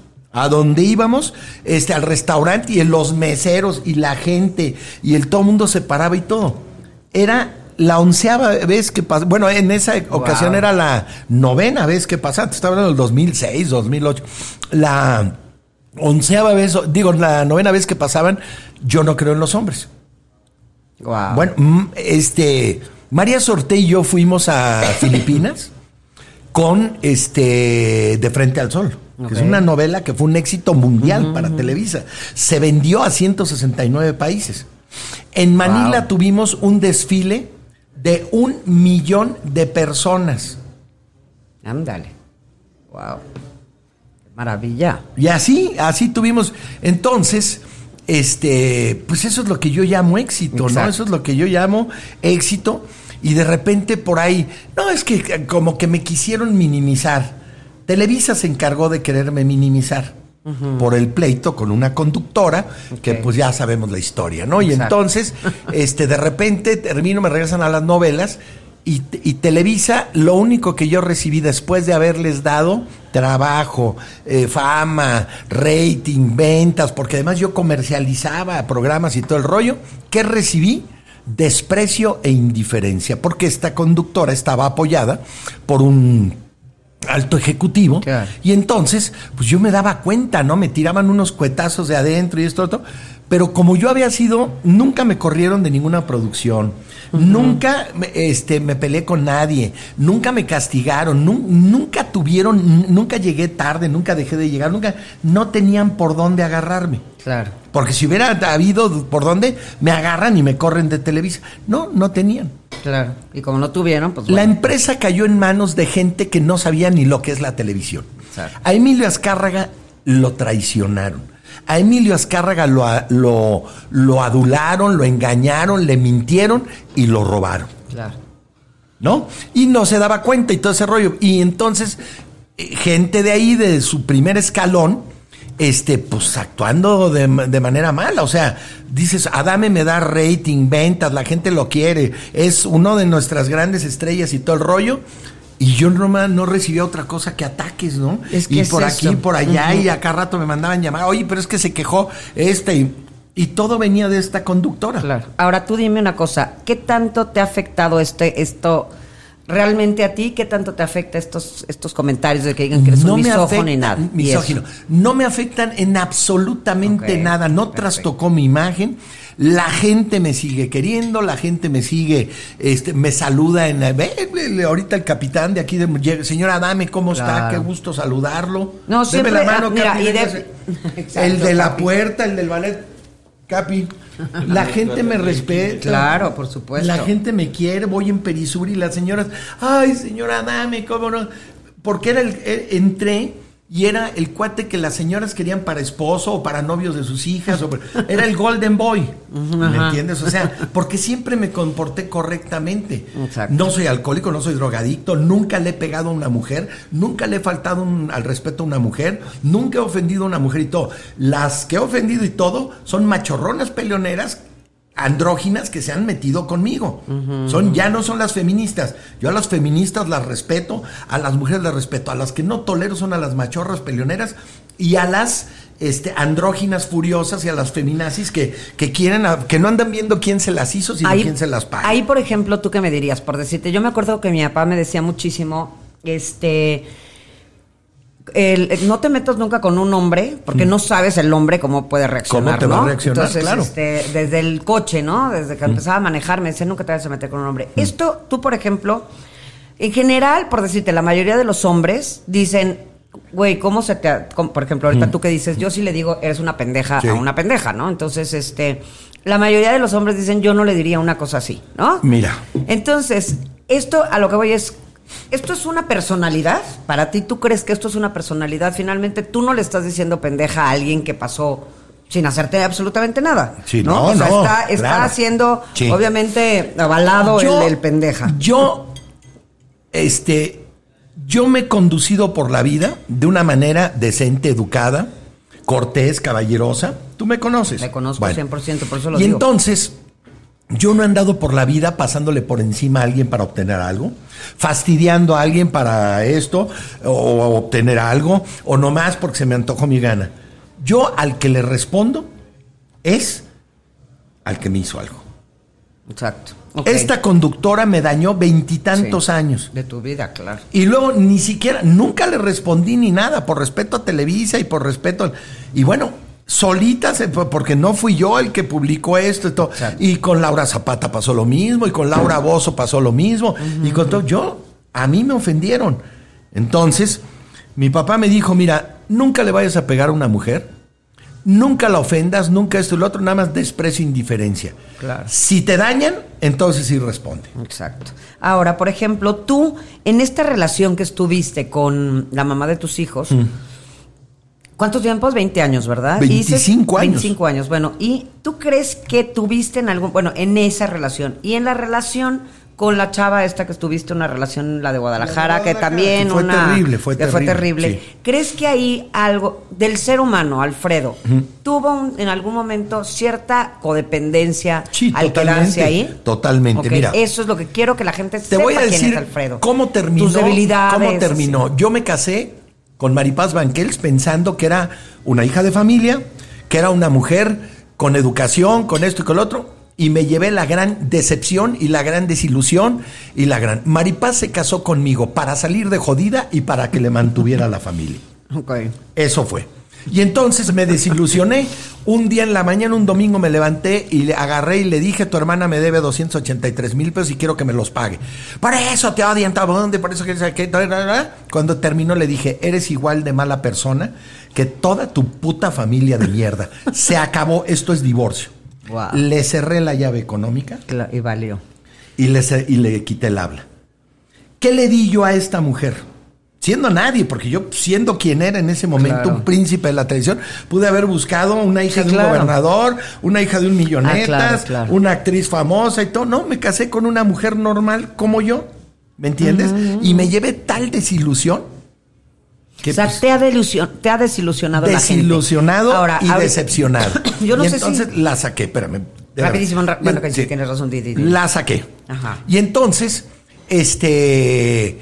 al restaurante, y los meseros y la gente y todo el mundo se paraba y todo. Era la 11ª vez que pasó. Bueno, en esa ocasión era la 9ª vez que pasaba. Te estaba hablando del 2006, 2008. La 11ª vez, la 9ª vez que pasaban Yo no creo en los hombres. Wow. Bueno, María Sorté y yo fuimos a Filipinas con De Frente al Sol, que es una novela que fue un éxito mundial para Televisa. Se vendió a 169 países. En Manila tuvimos un desfile de 1 millón de personas. Ándale. Wow. Maravilla. Y así tuvimos. Entonces, pues eso es lo que yo llamo éxito, exacto, ¿no? Eso es lo que yo llamo éxito. Y de repente por ahí, no, es que como que me quisieron minimizar. Televisa se encargó de quererme minimizar por el pleito con una conductora, que pues ya sabemos la historia, ¿no? Exacto. Y entonces, de repente me regresan a las novelas. Y Televisa, lo único que yo recibí después de haberles dado trabajo, fama, rating, ventas, porque además yo comercializaba programas y todo el rollo, ¿qué recibí? Desprecio e indiferencia, porque esta conductora estaba apoyada por un alto ejecutivo, claro. Y entonces, pues yo me daba cuenta, ¿no? Me tiraban unos cuetazos de adentro y esto, pero como yo había sido, nunca me corrieron de ninguna producción. Nunca me peleé con nadie, nunca me castigaron, nunca llegué tarde, nunca dejé de llegar, no tenían por dónde agarrarme. Claro. Porque si hubiera habido por dónde, me agarran y me corren de Televisa. No tenían. Claro. Y como no tuvieron, pues bueno. La empresa cayó en manos de gente que no sabía ni lo que es la televisión. Claro. A Emilio Azcárraga lo traicionaron. A Emilio Azcárraga lo adularon, lo engañaron, le mintieron y lo robaron. Claro. ¿No? Y no se daba cuenta y todo ese rollo. Y entonces, gente de ahí, de su primer escalón, pues actuando de manera mala. O sea, dices, Adame me da rating, ventas, la gente lo quiere, es uno de nuestras grandes estrellas y todo el rollo. Y yo no recibía otra cosa que ataques, ¿no? Es que y por aquí, y por allá, y acá rato me mandaban llamar, oye, pero es que se quejó y todo venía de esta conductora. Claro. Ahora tú dime una cosa, ¿qué tanto te ha afectado esto realmente a ti? ¿Qué tanto te afecta estos comentarios de que digan que eres un misógino y nada? Misógino. No me afectan en absolutamente nada, no trastocó mi imagen. La gente me sigue queriendo, la gente me sigue, me saluda ahorita el capitán de aquí, señora Adame, ¿cómo está? Qué gusto saludarlo. No, siempre, deme la mano, mira, Capi, el de la puerta, el del ballet, Capi. La gente me respeta. Claro, por supuesto. La gente me quiere, voy en Perisur y las señoras, ay, señora Adame, ¿cómo no? Porque entré y era el cuate que las señoras querían para esposo o para novios de sus hijas. Era el Golden Boy. ¿Me entiendes? O sea, porque siempre me comporté correctamente. Exacto. No soy alcohólico, no soy drogadicto, nunca le he pegado a una mujer, nunca le he faltado al respeto a una mujer, nunca he ofendido a una mujer y todo. Las que he ofendido y todo son machorronas peleoneras, andróginas que se han metido conmigo. Ya no son las feministas. Yo a las feministas las respeto, a las mujeres las respeto, a las que no tolero son a las machorras peleoneras y a las andróginas furiosas y a las feminazis que quieren, que no andan viendo quién se las hizo, sino quién se las paga. Ahí, por ejemplo, ¿tú qué me dirías? Por decirte, yo me acuerdo que mi papá me decía muchísimo, no te metas nunca con un hombre porque no sabes el hombre cómo puede reaccionar. ¿Cómo te va a reaccionar? Entonces, claro. Desde el coche, ¿no? Desde que empezaba a manejar, me decía, nunca te vas a meter con un hombre. Esto, tú, por ejemplo, en general, por decirte, la mayoría de los hombres dicen, güey, por ejemplo, ahorita tú que dices, yo sí le digo, eres una pendeja a una pendeja, ¿no? Entonces, la mayoría de los hombres dicen, yo no le diría una cosa así, ¿no? Mira. Entonces, esto a lo que voy es, ¿esto es una personalidad? Para ti, ¿tú crees que esto es una personalidad? Finalmente, tú no le estás diciendo pendeja a alguien que pasó sin hacerte absolutamente nada. Sí, ¿no? O sea, está claro. Haciendo, obviamente, avalado el pendeja. Yo me he conducido por la vida de una manera decente, educada, cortés, caballerosa. Tú me conoces. Me conozco 100%, por eso lo digo. Y digo. entonces, yo no he andado por la vida pasándole por encima a alguien para obtener algo, fastidiando a alguien para esto, o obtener algo, o nomás porque se me antojó mi gana. Yo al que le respondo es al que me hizo algo. Exacto. Okay. Esta conductora me dañó 20 años. De tu vida, claro. Y luego nunca le respondí ni nada, por respeto a Televisa y por respeto y bueno, solita, porque no fui yo el que publicó esto y todo. Exacto. Y con Laura Zapata pasó lo mismo, y con Laura Bozzo pasó lo mismo, y con todo, a mí me ofendieron. Entonces, mi papá me dijo, mira, nunca le vayas a pegar a una mujer, nunca la ofendas, nunca esto y lo otro, nada más desprecio e indiferencia. Claro. Si te dañan, entonces sí responde. Exacto. Ahora, por ejemplo, tú, en esta relación que estuviste con la mamá de tus hijos, ¿Cuántos tiempos? 20 años, ¿verdad? 25 años. 25 años. Bueno, ¿y tú crees que tuviste en esa relación y en la relación con la chava esta que estuviste, una relación, la de Guadalajara, que también que fue terrible. Sí. ¿Crees que ahí algo del ser humano, Alfredo, tuvo en algún momento cierta codependencia al quedarse ahí? Totalmente, Okay, mira. Eso es lo que quiero que la gente sepa. Te voy a decir quién es Alfredo. cómo terminó. Tus debilidades. ¿Cómo terminó? Sí. Yo me casé con Maripaz Banquels pensando que era una hija de familia, que era una mujer con educación, con esto y con lo otro. Y me llevé la gran decepción y la gran desilusión y la gran... Maripaz se casó conmigo para salir de jodida y para que le mantuviera la familia. Okay. Eso fue. Y entonces me desilusioné. Un día en la mañana, un domingo, me levanté y le agarré y le dije: tu hermana me debe 283,000 pesos y quiero que me los pague. Por eso te odian, por eso que... Cuando terminó le dije: eres igual de mala persona que toda tu puta familia de mierda. Se acabó, esto es divorcio. Wow. Le cerré la llave económica. Y valió. Y le quité el habla. ¿Qué le di yo a esta mujer? Siendo nadie, porque yo, siendo quien era en ese momento, un príncipe de la televisión, pude haber buscado una hija de un gobernador, una hija de un millonetas, una actriz famosa y todo. No, me casé con una mujer normal como yo, ¿me entiendes? Y me llevé tal desilusión. Que, o sea, pues, te ha desilusionado la gente. Desilusionado y decepcionado. Yo no y sé entonces la saqué, espérame. Rapidísimo, bueno, que sí, tienes razón. La saqué. Ajá. Y entonces, ¿qué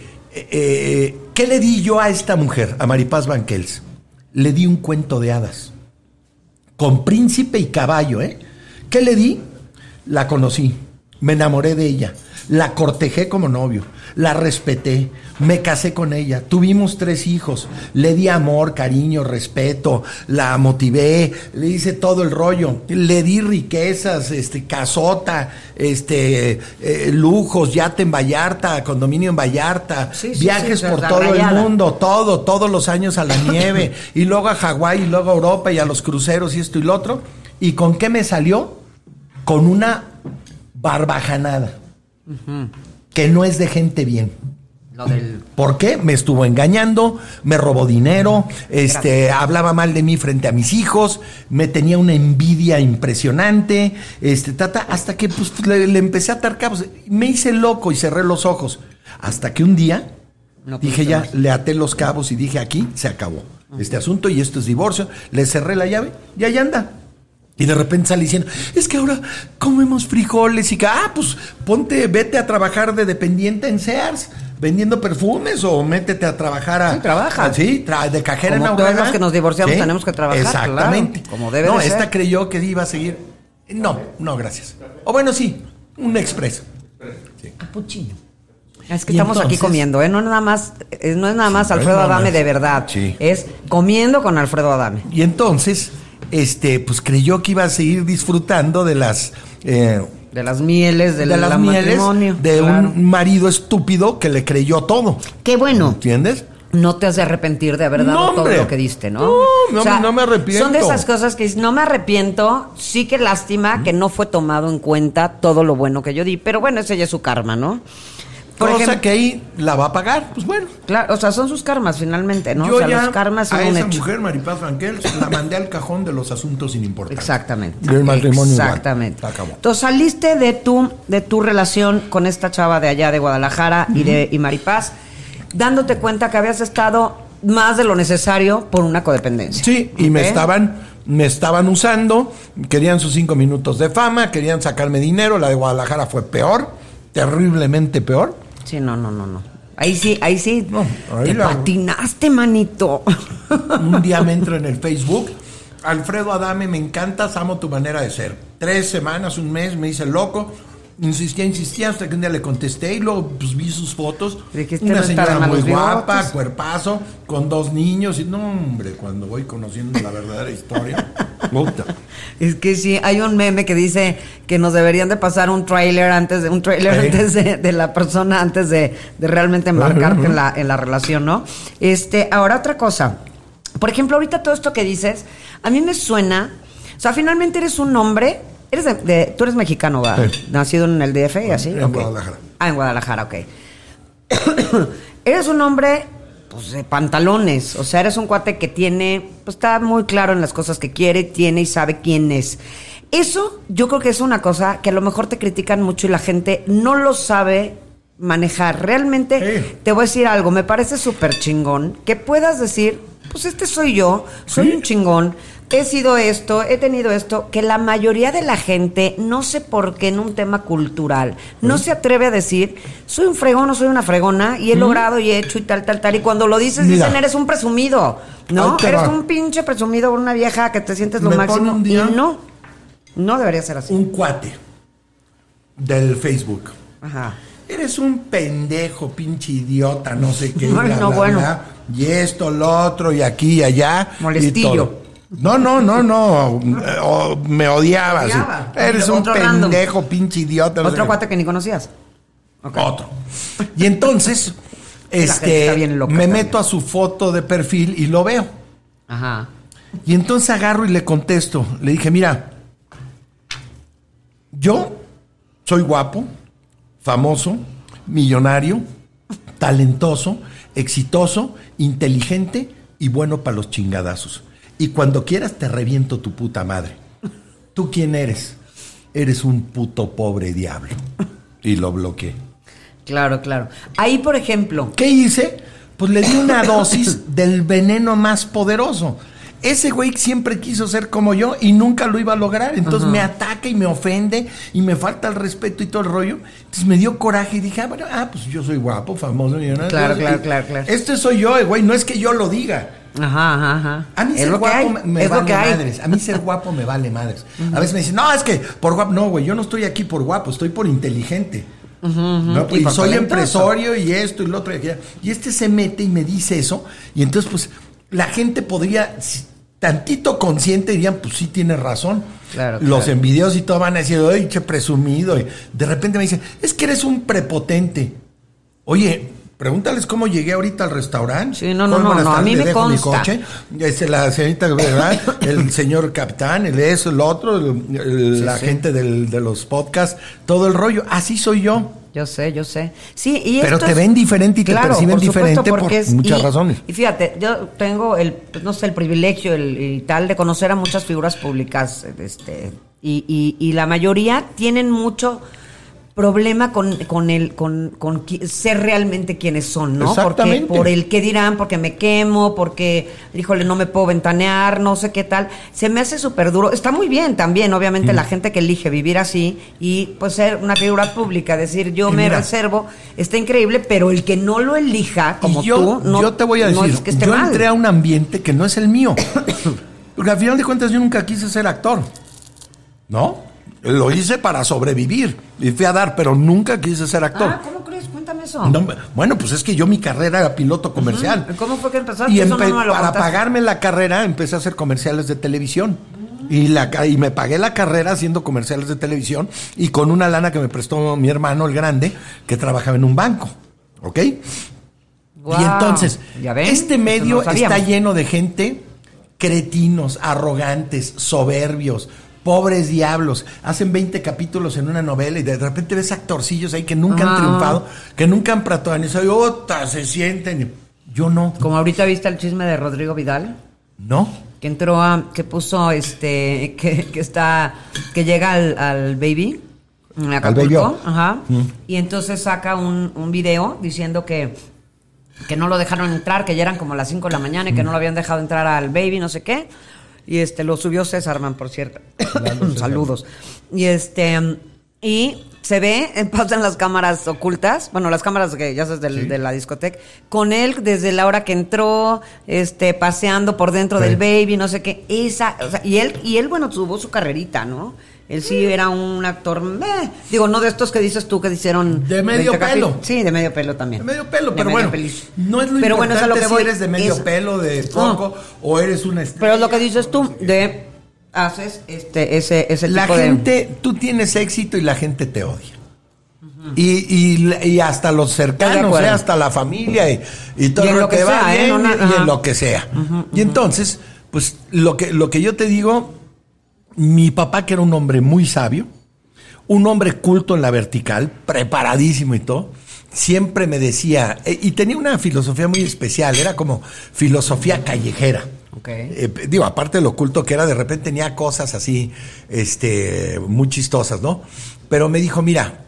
le di yo a esta mujer, a Maripaz Banquels? Le di un cuento de hadas. Con príncipe y caballo, ¿eh? ¿Qué le di? La conocí, me enamoré de ella, la cortejé como novio, la respeté, me casé con ella, tuvimos 3 hijos, le di amor, cariño, respeto, la motivé, le hice todo el rollo, le di riquezas, casota, lujos, yate en Vallarta, condominio en Vallarta, viajes por todo el mundo, todos los años a la nieve, y luego a Hawái, y luego a Europa, y a los cruceros, y esto y lo otro. ¿Y con qué me salió? Con una barbajanada. Que no es de gente bien. ¿Por qué? Me estuvo engañando, me robó dinero, hablaba mal de mí frente a mis hijos, me tenía una envidia impresionante, hasta que pues, le empecé a atar cabos. Me hice loco y cerré los ojos. Hasta que un día dije ya, le até los cabos y dije: aquí se acabó este asunto y esto es divorcio. Le cerré la llave y ahí anda. Y de repente sale diciendo: es que ahora comemos frijoles y que, pues vete a trabajar de dependiente en Sears, vendiendo perfumes, o métete a trabajar trabaja. De cajera como en Ahogada. Todos los que nos divorciamos tenemos que trabajar. Exactamente. Claro, como debe de ser. Esta creyó que iba a seguir. No, gracias. O bueno, sí, un expreso. Sí. Capuchino. Es que estamos aquí comiendo, ¿eh? No es nada más Alfredo Adame de verdad. Sí. Es comiendo con Alfredo Adame. Y entonces, pues creyó que iba a seguir disfrutando de las mieles del matrimonio. De un marido estúpido que le creyó todo. Qué bueno. ¿Entiendes? No te hace arrepentir de haber dado todo lo que diste, ¿no? No me arrepiento. Son de esas cosas que no me arrepiento. Sí, que lástima que no fue tomado en cuenta todo lo bueno que yo di. Pero bueno, ese ya es su karma, ¿no? Cosa que ahí la va a pagar, pues bueno. Claro, o sea, son sus karmas finalmente, ¿no? Yo los karmas son a un esa hecho. mujer, Maripaz Banquels, la mandé al cajón de los asuntos sin importar. Exactamente. Del matrimonio. Exactamente. Acabó. Entonces saliste de tu relación con esta chava de allá de Guadalajara y Maripaz, dándote cuenta que habías estado más de lo necesario por una codependencia. Sí, y me estaban usando, querían sus 5 minutos de fama, querían sacarme dinero. La de Guadalajara fue peor, terriblemente peor. Sí, no. Ahí sí. No, te patinaste, manito. Un día me entro en el Facebook: Alfredo Adame, me encantas, amo tu manera de ser. 3 semanas, un mes, me hice loco. Insistía hasta que un día le contesté y luego pues, vi sus fotos. Una señora muy guapa, cuerpazo, con 2 niños. Y no, hombre, cuando voy conociendo la verdadera historia. Puta. Es que sí, hay un meme que dice que nos deberían de pasar un trailer antes de la persona, antes de realmente embarcarte en la relación, ¿no? Ahora otra cosa. Por ejemplo, ahorita todo esto que dices, a mí me suena, o sea, finalmente eres un hombre. Tú eres mexicano, ¿verdad? Sí. Nacido en el DF y así. En Guadalajara. En Guadalajara, ok. Eres un hombre pues, de pantalones. O sea, eres un cuate que tiene, pues está muy claro en las cosas que quiere, tiene y sabe quién es. Eso yo creo que es una cosa que a lo mejor te critican mucho y la gente no lo sabe manejar. Realmente, te voy a decir algo, me parece súper chingón que puedas decir, pues este soy yo, soy un chingón, he sido esto, he tenido esto, que la mayoría de la gente, no sé por qué en un tema cultural, no se atreve a decir, soy un fregón o soy una fregona, y he logrado y he hecho y tal, y cuando lo dices, dicen, eres un presumido, ¿no? Eres un pinche presumido, una vieja que te sientes lo máximo, y no debería ser así. Un cuate del Facebook. Ajá. Eres un pendejo, pinche idiota, no sé qué, bla, no, bla, bueno. bla, y esto, lo otro, y aquí, y allá. Molestillo. Y todo. No, me odiabas. Odiaba. Eres un pendejo, random. Pinche idiota. Otro cuate que ni conocías. Okay. Otro. Y entonces, me meto a su foto de perfil y lo veo. Ajá. Y entonces agarro y le contesto. Le dije, mira, yo soy guapo, famoso, millonario, talentoso, exitoso, inteligente y bueno para los chingadazos. Y cuando quieras te reviento tu puta madre. ¿Tú quién eres? Eres un puto pobre diablo. Y lo bloqueé. Claro. Ahí, por ejemplo... ¿Qué hice? Pues le di una dosis del veneno más poderoso. Ese güey siempre quiso ser como yo y nunca lo iba a lograr. Entonces me ataca y me ofende y me falta el respeto y todo el rollo. Entonces me dio coraje y dije, pues yo soy guapo, famoso. Claro. Este soy yo, güey, no es que yo lo diga. Ajá. A mí ser guapo me vale madres. A mí ser guapo me vale madres. A veces me dicen, no, es que por guapo. No, güey, yo no estoy aquí por guapo, estoy por inteligente. No, y soy empresario y esto y lo otro y aquello. Y este se mete y me dice eso. Y entonces, pues, la gente podría, tantito consciente, dirían, pues sí tiene razón. Claro. Los envidiosos y todo van a decir, oye, che presumido. Y de repente me dicen, es que eres un prepotente. Oye, pregúntales cómo llegué ahorita al restaurante. Sí, no, a mí me consta. Mi coche, la señorita, ¿verdad? El señor capitán, el otro, la gente de los podcasts, todo el rollo. Así soy yo. Yo sé. Sí, y pero te ven diferente y te perciben diferente por muchas razones. Y fíjate, yo tengo el privilegio y tal de conocer a muchas figuras públicas, y la mayoría tienen mucho problema con ser realmente quienes son, ¿no? Exactamente. Por el qué dirán, porque me quemo, porque, híjole, no me puedo ventanear, no sé qué tal. Se me hace súper duro. Está muy bien también, obviamente, la gente que elige vivir así y pues ser una figura pública, decir yo me reservo, está increíble, pero el que no lo elija, como tú, no. Yo te voy a decir, no es que esté yo mal. entré a un ambiente que no es el mío. Porque al final de cuentas yo nunca quise ser actor, ¿no? Lo hice para sobrevivir y fui a dar, pero nunca quise ser actor. ¿Cómo crees? Cuéntame eso. No, bueno, pues es que yo mi carrera era piloto comercial. ¿Cómo fue que empezaste? Y para pagarme la carrera empecé a hacer comerciales de televisión. Y me pagué la carrera haciendo comerciales de televisión y con una lana que me prestó mi hermano, el grande, que trabajaba en un banco. ¿Ok? Wow. Y entonces, este medio está lleno de gente cretinos, arrogantes, soberbios, pobres diablos. Hacen 20 capítulos en una novela y de repente ves actorcillos ahí que nunca han triunfado, que nunca han protagonizado, se sienten. Yo no. Como ahorita viste el chisme de Rodrigo Vidal. No. Que entró que puso que llega al Baby. En Acapulco. Ajá. Y entonces saca un video diciendo que no lo dejaron entrar, que ya eran como las 5 de la mañana y que no lo habían dejado entrar al Baby, no sé qué. Y lo subió Césarman, por cierto. Saludos. Y y se ve, pasan las cámaras ocultas, bueno, las cámaras que ya sabes de la discoteca, con él desde la hora que entró, paseando por dentro del Baby, no sé qué. Y él, bueno, tuvo su carrerita, ¿no? Él sí era un actor, no de estos que dices tú que hicieron... De medio pelo. Sí, de medio pelo también. De medio pelo, pero bueno, no es lo importante es lo que si eres de medio pelo, de poco, o eres una estrella. Pero es lo que dices tú, haces ese tipo de... La gente, tú tienes éxito y la gente te odia. Y hasta los cercanos, hasta la familia y todo lo que va bien y en lo que sea. Y entonces, pues lo que yo te digo... Mi papá, que era un hombre muy sabio, un hombre culto en la vertical, preparadísimo y todo, siempre me decía, y tenía una filosofía muy especial, era como filosofía callejera. Okay. Digo, aparte de lo oculto que era, de repente tenía cosas así, muy chistosas, ¿no? Pero me dijo, mira,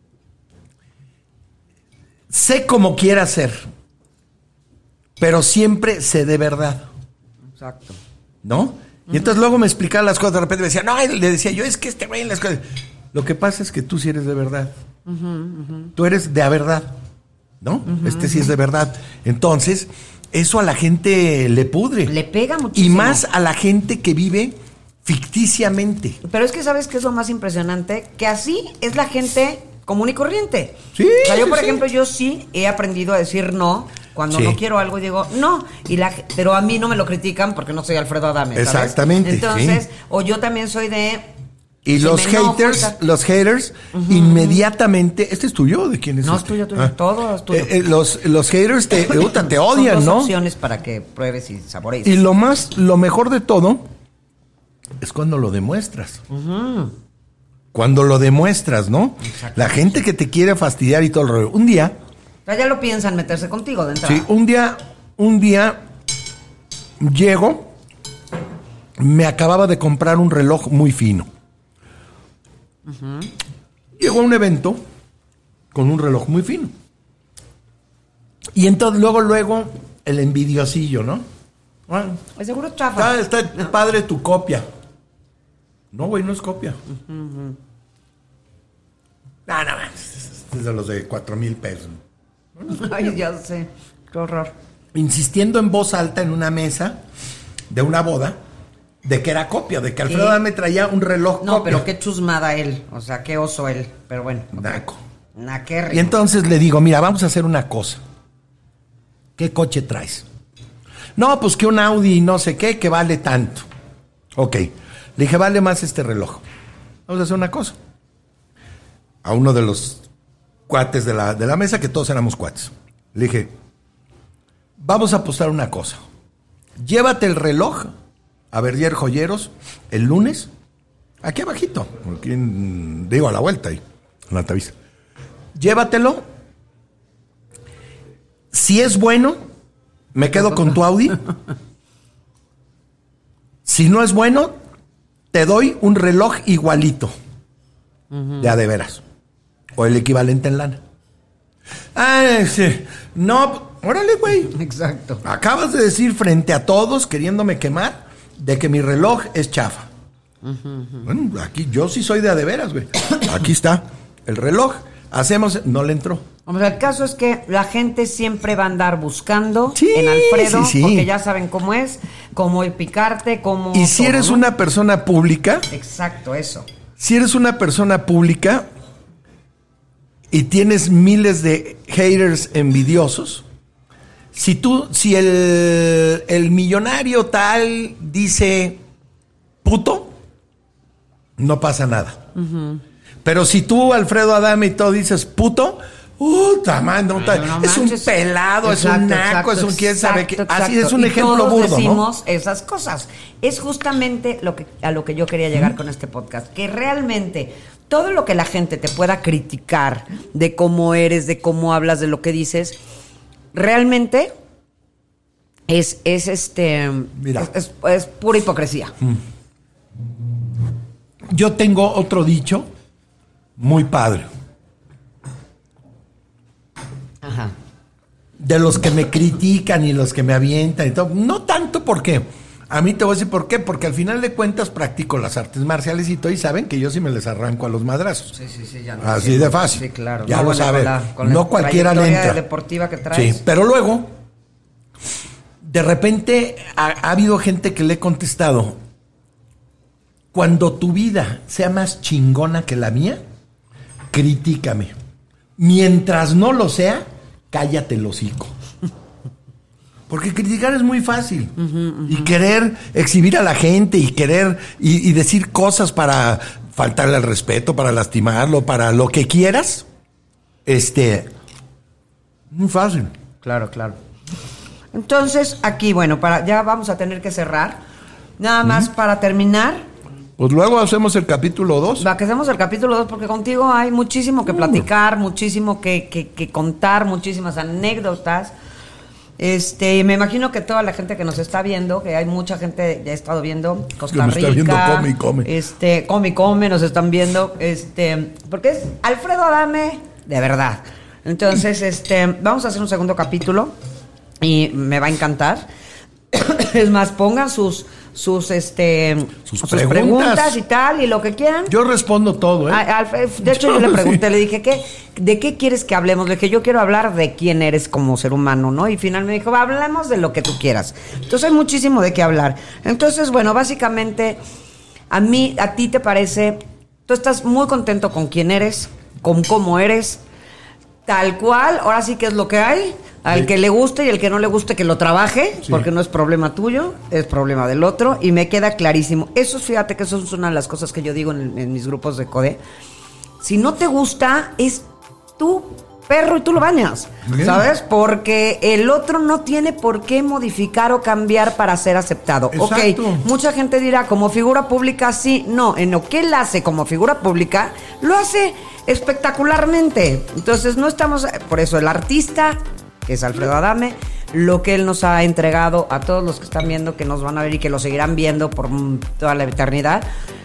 sé como quiera ser, pero siempre sé de verdad. Exacto. ¿No? Y entonces luego me explicaba las cosas, de repente me decía, no, le decía yo, es que güey en las cosas. Lo que pasa es que tú sí eres de verdad. Tú eres de a verdad, ¿no? Sí es de verdad. Entonces, eso a la gente le pudre. Le pega muchísimo. Y más a la gente que vive ficticiamente. Pero es que, ¿sabes qué es lo más impresionante? Que así es la gente común y corriente. Sí. O sea, yo, por ejemplo, yo sí he aprendido a decir no. Cuando no quiero algo, digo, no. Pero a mí no me lo critican porque no soy Alfredo Adame, ¿sabes? Exactamente. Entonces, o yo también soy de... Y los haters, inmediatamente... ¿Este es tuyo o de quién es? No, es tuyo. Todo es tuyo. Los haters te odian, Son ¿no? opciones para que pruebes y saborees. Y lo mejor de todo es cuando lo demuestras. Cuando lo demuestras, ¿no? La gente que te quiere fastidiar y todo el rollo. Un día... O sea, ya lo piensan meterse contigo de entrada. Sí, un día llego, me acababa de comprar un reloj muy fino. Llegó a un evento con un reloj muy fino. Y entonces luego el envidiosillo, ¿no? Bueno, seguro chafa. Está padre tu copia. No, güey, no es copia. No, es de los de 4,000 pesos. Ay, ya sé, qué horror. Insistiendo en voz alta en una mesa de una boda de que era copia, de que Alfredo Adame traía un reloj no, copia. pero qué chusmada él, o sea, qué oso él, pero bueno. Naco. Naquérrimo. Y entonces le digo, mira, vamos a hacer una cosa. ¿Qué coche traes? No, pues que un Audi no sé qué, que vale tanto. Ok. Le dije, vale más este reloj. Vamos a hacer una cosa. A uno de los cuates de la mesa, que todos éramos cuates. Le dije, vamos a apostar una cosa. Llévate el reloj a Verdier Joyeros el lunes, aquí abajito, aquí digo a la vuelta ahí, en la Altavista. Llévatelo. Si es bueno, me quedo con tu Audi. Si no es bueno, te doy un reloj igualito. De veras. O el equivalente en lana. Sí. No, órale, güey. Exacto. Acabas de decir frente a todos, queriéndome quemar, de que mi reloj es chafa. Bueno, aquí yo sí soy de veras, güey. Aquí está el reloj. No le entró. O sea, el caso es que la gente siempre va a andar buscando en Alfredo, porque ya saben cómo es, cómo picarte, cómo... Y si eres una persona pública... Exacto, eso. Si eres una persona pública y tienes miles de haters envidiosos, si el millonario tal dice puto, no pasa nada. Pero si tú, Alfredo Adame, y todo dices puto, no, es un pelado, es un naco, es un quién sabe qué. Así es un ejemplo todos burdo, decimos ¿no? esas cosas. Es justamente a lo que yo quería llegar con este podcast. Que realmente todo lo que la gente te pueda criticar de cómo eres, de cómo hablas, de lo que dices, realmente es pura hipocresía. Yo tengo otro dicho muy padre. Ajá. De los que me critican y los que me avientan y todo. No tanto porque... A mí te voy a decir por qué. Porque al final de cuentas practico las artes marciales y todo. Y saben que yo sí me les arranco a los madrazos. Sí, ya no. Así de fácil. Sí, claro. Ya lo saben. Con no cualquiera le entra. Deportiva que traes. Sí, pero luego... De repente ha habido gente que le he contestado... Cuando tu vida sea más chingona que la mía, critícame. Mientras no lo sea, cállate el hocico. Porque criticar es muy fácil. Y querer exhibir a la gente y querer y decir cosas para faltarle al respeto, para lastimarlo, para lo que quieras, muy fácil. Claro. Entonces, aquí, bueno, ya vamos a tener que cerrar. Nada más para terminar. Pues luego hacemos el capítulo 2. Va, que hacemos el capítulo 2 porque contigo hay muchísimo que platicar, muchísimo que contar, muchísimas anécdotas. Me imagino que toda la gente que nos está viendo, que hay mucha gente ya ha estado viendo Costa Rica, está viendo come y come. Nos están viendo, porque es Alfredo Adame de verdad. Entonces, vamos a hacer un segundo capítulo y me va a enhenctar. Es más, pongan sus preguntas y tal, y lo que quieran. Yo respondo todo, ¿eh? De hecho, yo le pregunté, le dije, ¿de qué quieres que hablemos? Le dije, yo quiero hablar de quién eres como ser humano, ¿no? Y finalmente me dijo, hablemos de lo que tú quieras. Entonces hay muchísimo de qué hablar. Entonces, bueno, básicamente, a ti te parece, tú estás muy contento con quién eres, con cómo eres, tal cual, ahora sí que es lo que hay. Al que le guste y al que no le guste que lo trabaje, porque no es problema tuyo, es problema del otro, y me queda clarísimo. Fíjate que eso es una de las cosas que yo digo en mis grupos de CODE. Si no te gusta, es tu perro y tú lo bañas, ¿sabes? Porque el otro no tiene por qué modificar o cambiar para ser aceptado. Exacto. Ok, mucha gente dirá, como figura pública, sí. No, en lo que él hace como figura pública, lo hace espectacularmente. Entonces, no estamos... Por eso, el artista... que es Alfredo Adame, lo que él nos ha entregado a todos los que están viendo, que nos van a ver y que lo seguirán viendo por toda la eternidad.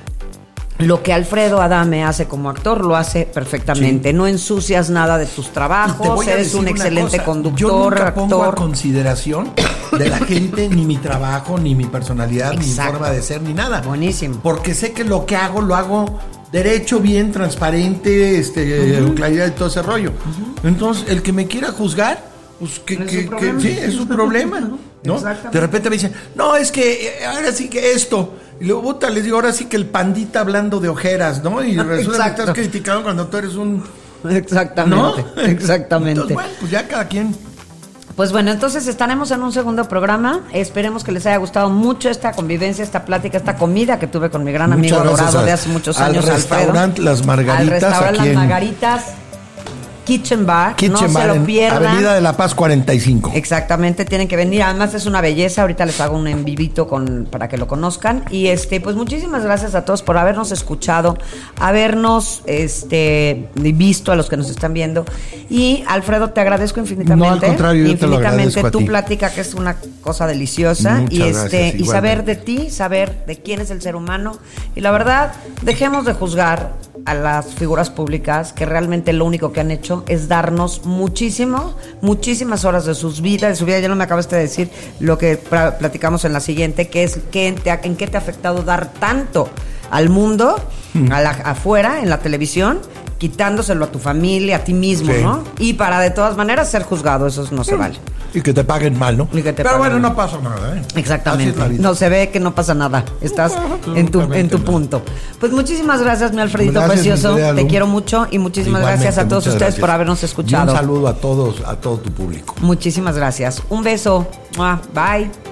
Lo que Alfredo Adame hace como actor lo hace perfectamente. Sí. No ensucias nada de tus trabajos, eres un excelente conductor, yo nunca pongo actor. A consideración de la gente ni mi trabajo, ni mi personalidad, ni mi forma de ser, ni nada. Buenísimo. Porque sé que lo que hago, lo hago derecho, bien, transparente, claridad y todo ese rollo. Entonces, el que me quiera juzgar, pues sí, es su problema, ¿no? De repente me dicen, no, es que ahora sí que esto. Y luego, les digo, ahora sí que el pandita hablando de ojeras, ¿no? Y resulta que estás criticando cuando tú eres un... Exactamente, ¿no? Exactamente. Entonces, bueno, pues ya cada quien... Pues bueno, entonces estaremos en un segundo programa. Esperemos que les haya gustado mucho esta convivencia, esta plática, esta comida que tuve con mi gran amigo adorado de hace muchos años, Alfredo. Restaurante Las Margaritas. Al restaurante Las Margaritas. Kitchen Bar, no se lo pierdan. Avenida de la Paz 45. Exactamente, tienen que venir. Además es una belleza. Ahorita les hago un en vivito para que lo conozcan. Y pues muchísimas gracias a todos por habernos escuchado, habernos visto, a los que nos están viendo. Y Alfredo, te agradezco infinitamente. No, al contrario, yo te lo agradezco a ti. Tu plática, que es una cosa deliciosa. Muchas gracias, y saber de ti, saber de quién es el ser humano. Y la verdad, dejemos de juzgar a las figuras públicas, que realmente lo único que han hecho es darnos muchísimas horas de sus vidas, ya no me acabaste de decir lo que platicamos en la siguiente, que es en qué te ha afectado dar tanto al mundo, afuera, en la televisión, quitándoselo a tu familia, a ti mismo, ¿no? Y para de todas maneras ser juzgado, eso no se vale. Y que te paguen mal, ¿no? Pero bueno, no pasa nada, ¿eh? Exactamente. No, se ve que no pasa nada. Estás en tu punto. Pues muchísimas gracias, mi Alfredito precioso. Te quiero mucho y muchísimas gracias a todos ustedes por habernos escuchado. Y un saludo a todo tu público. Muchísimas gracias. Un beso. Bye.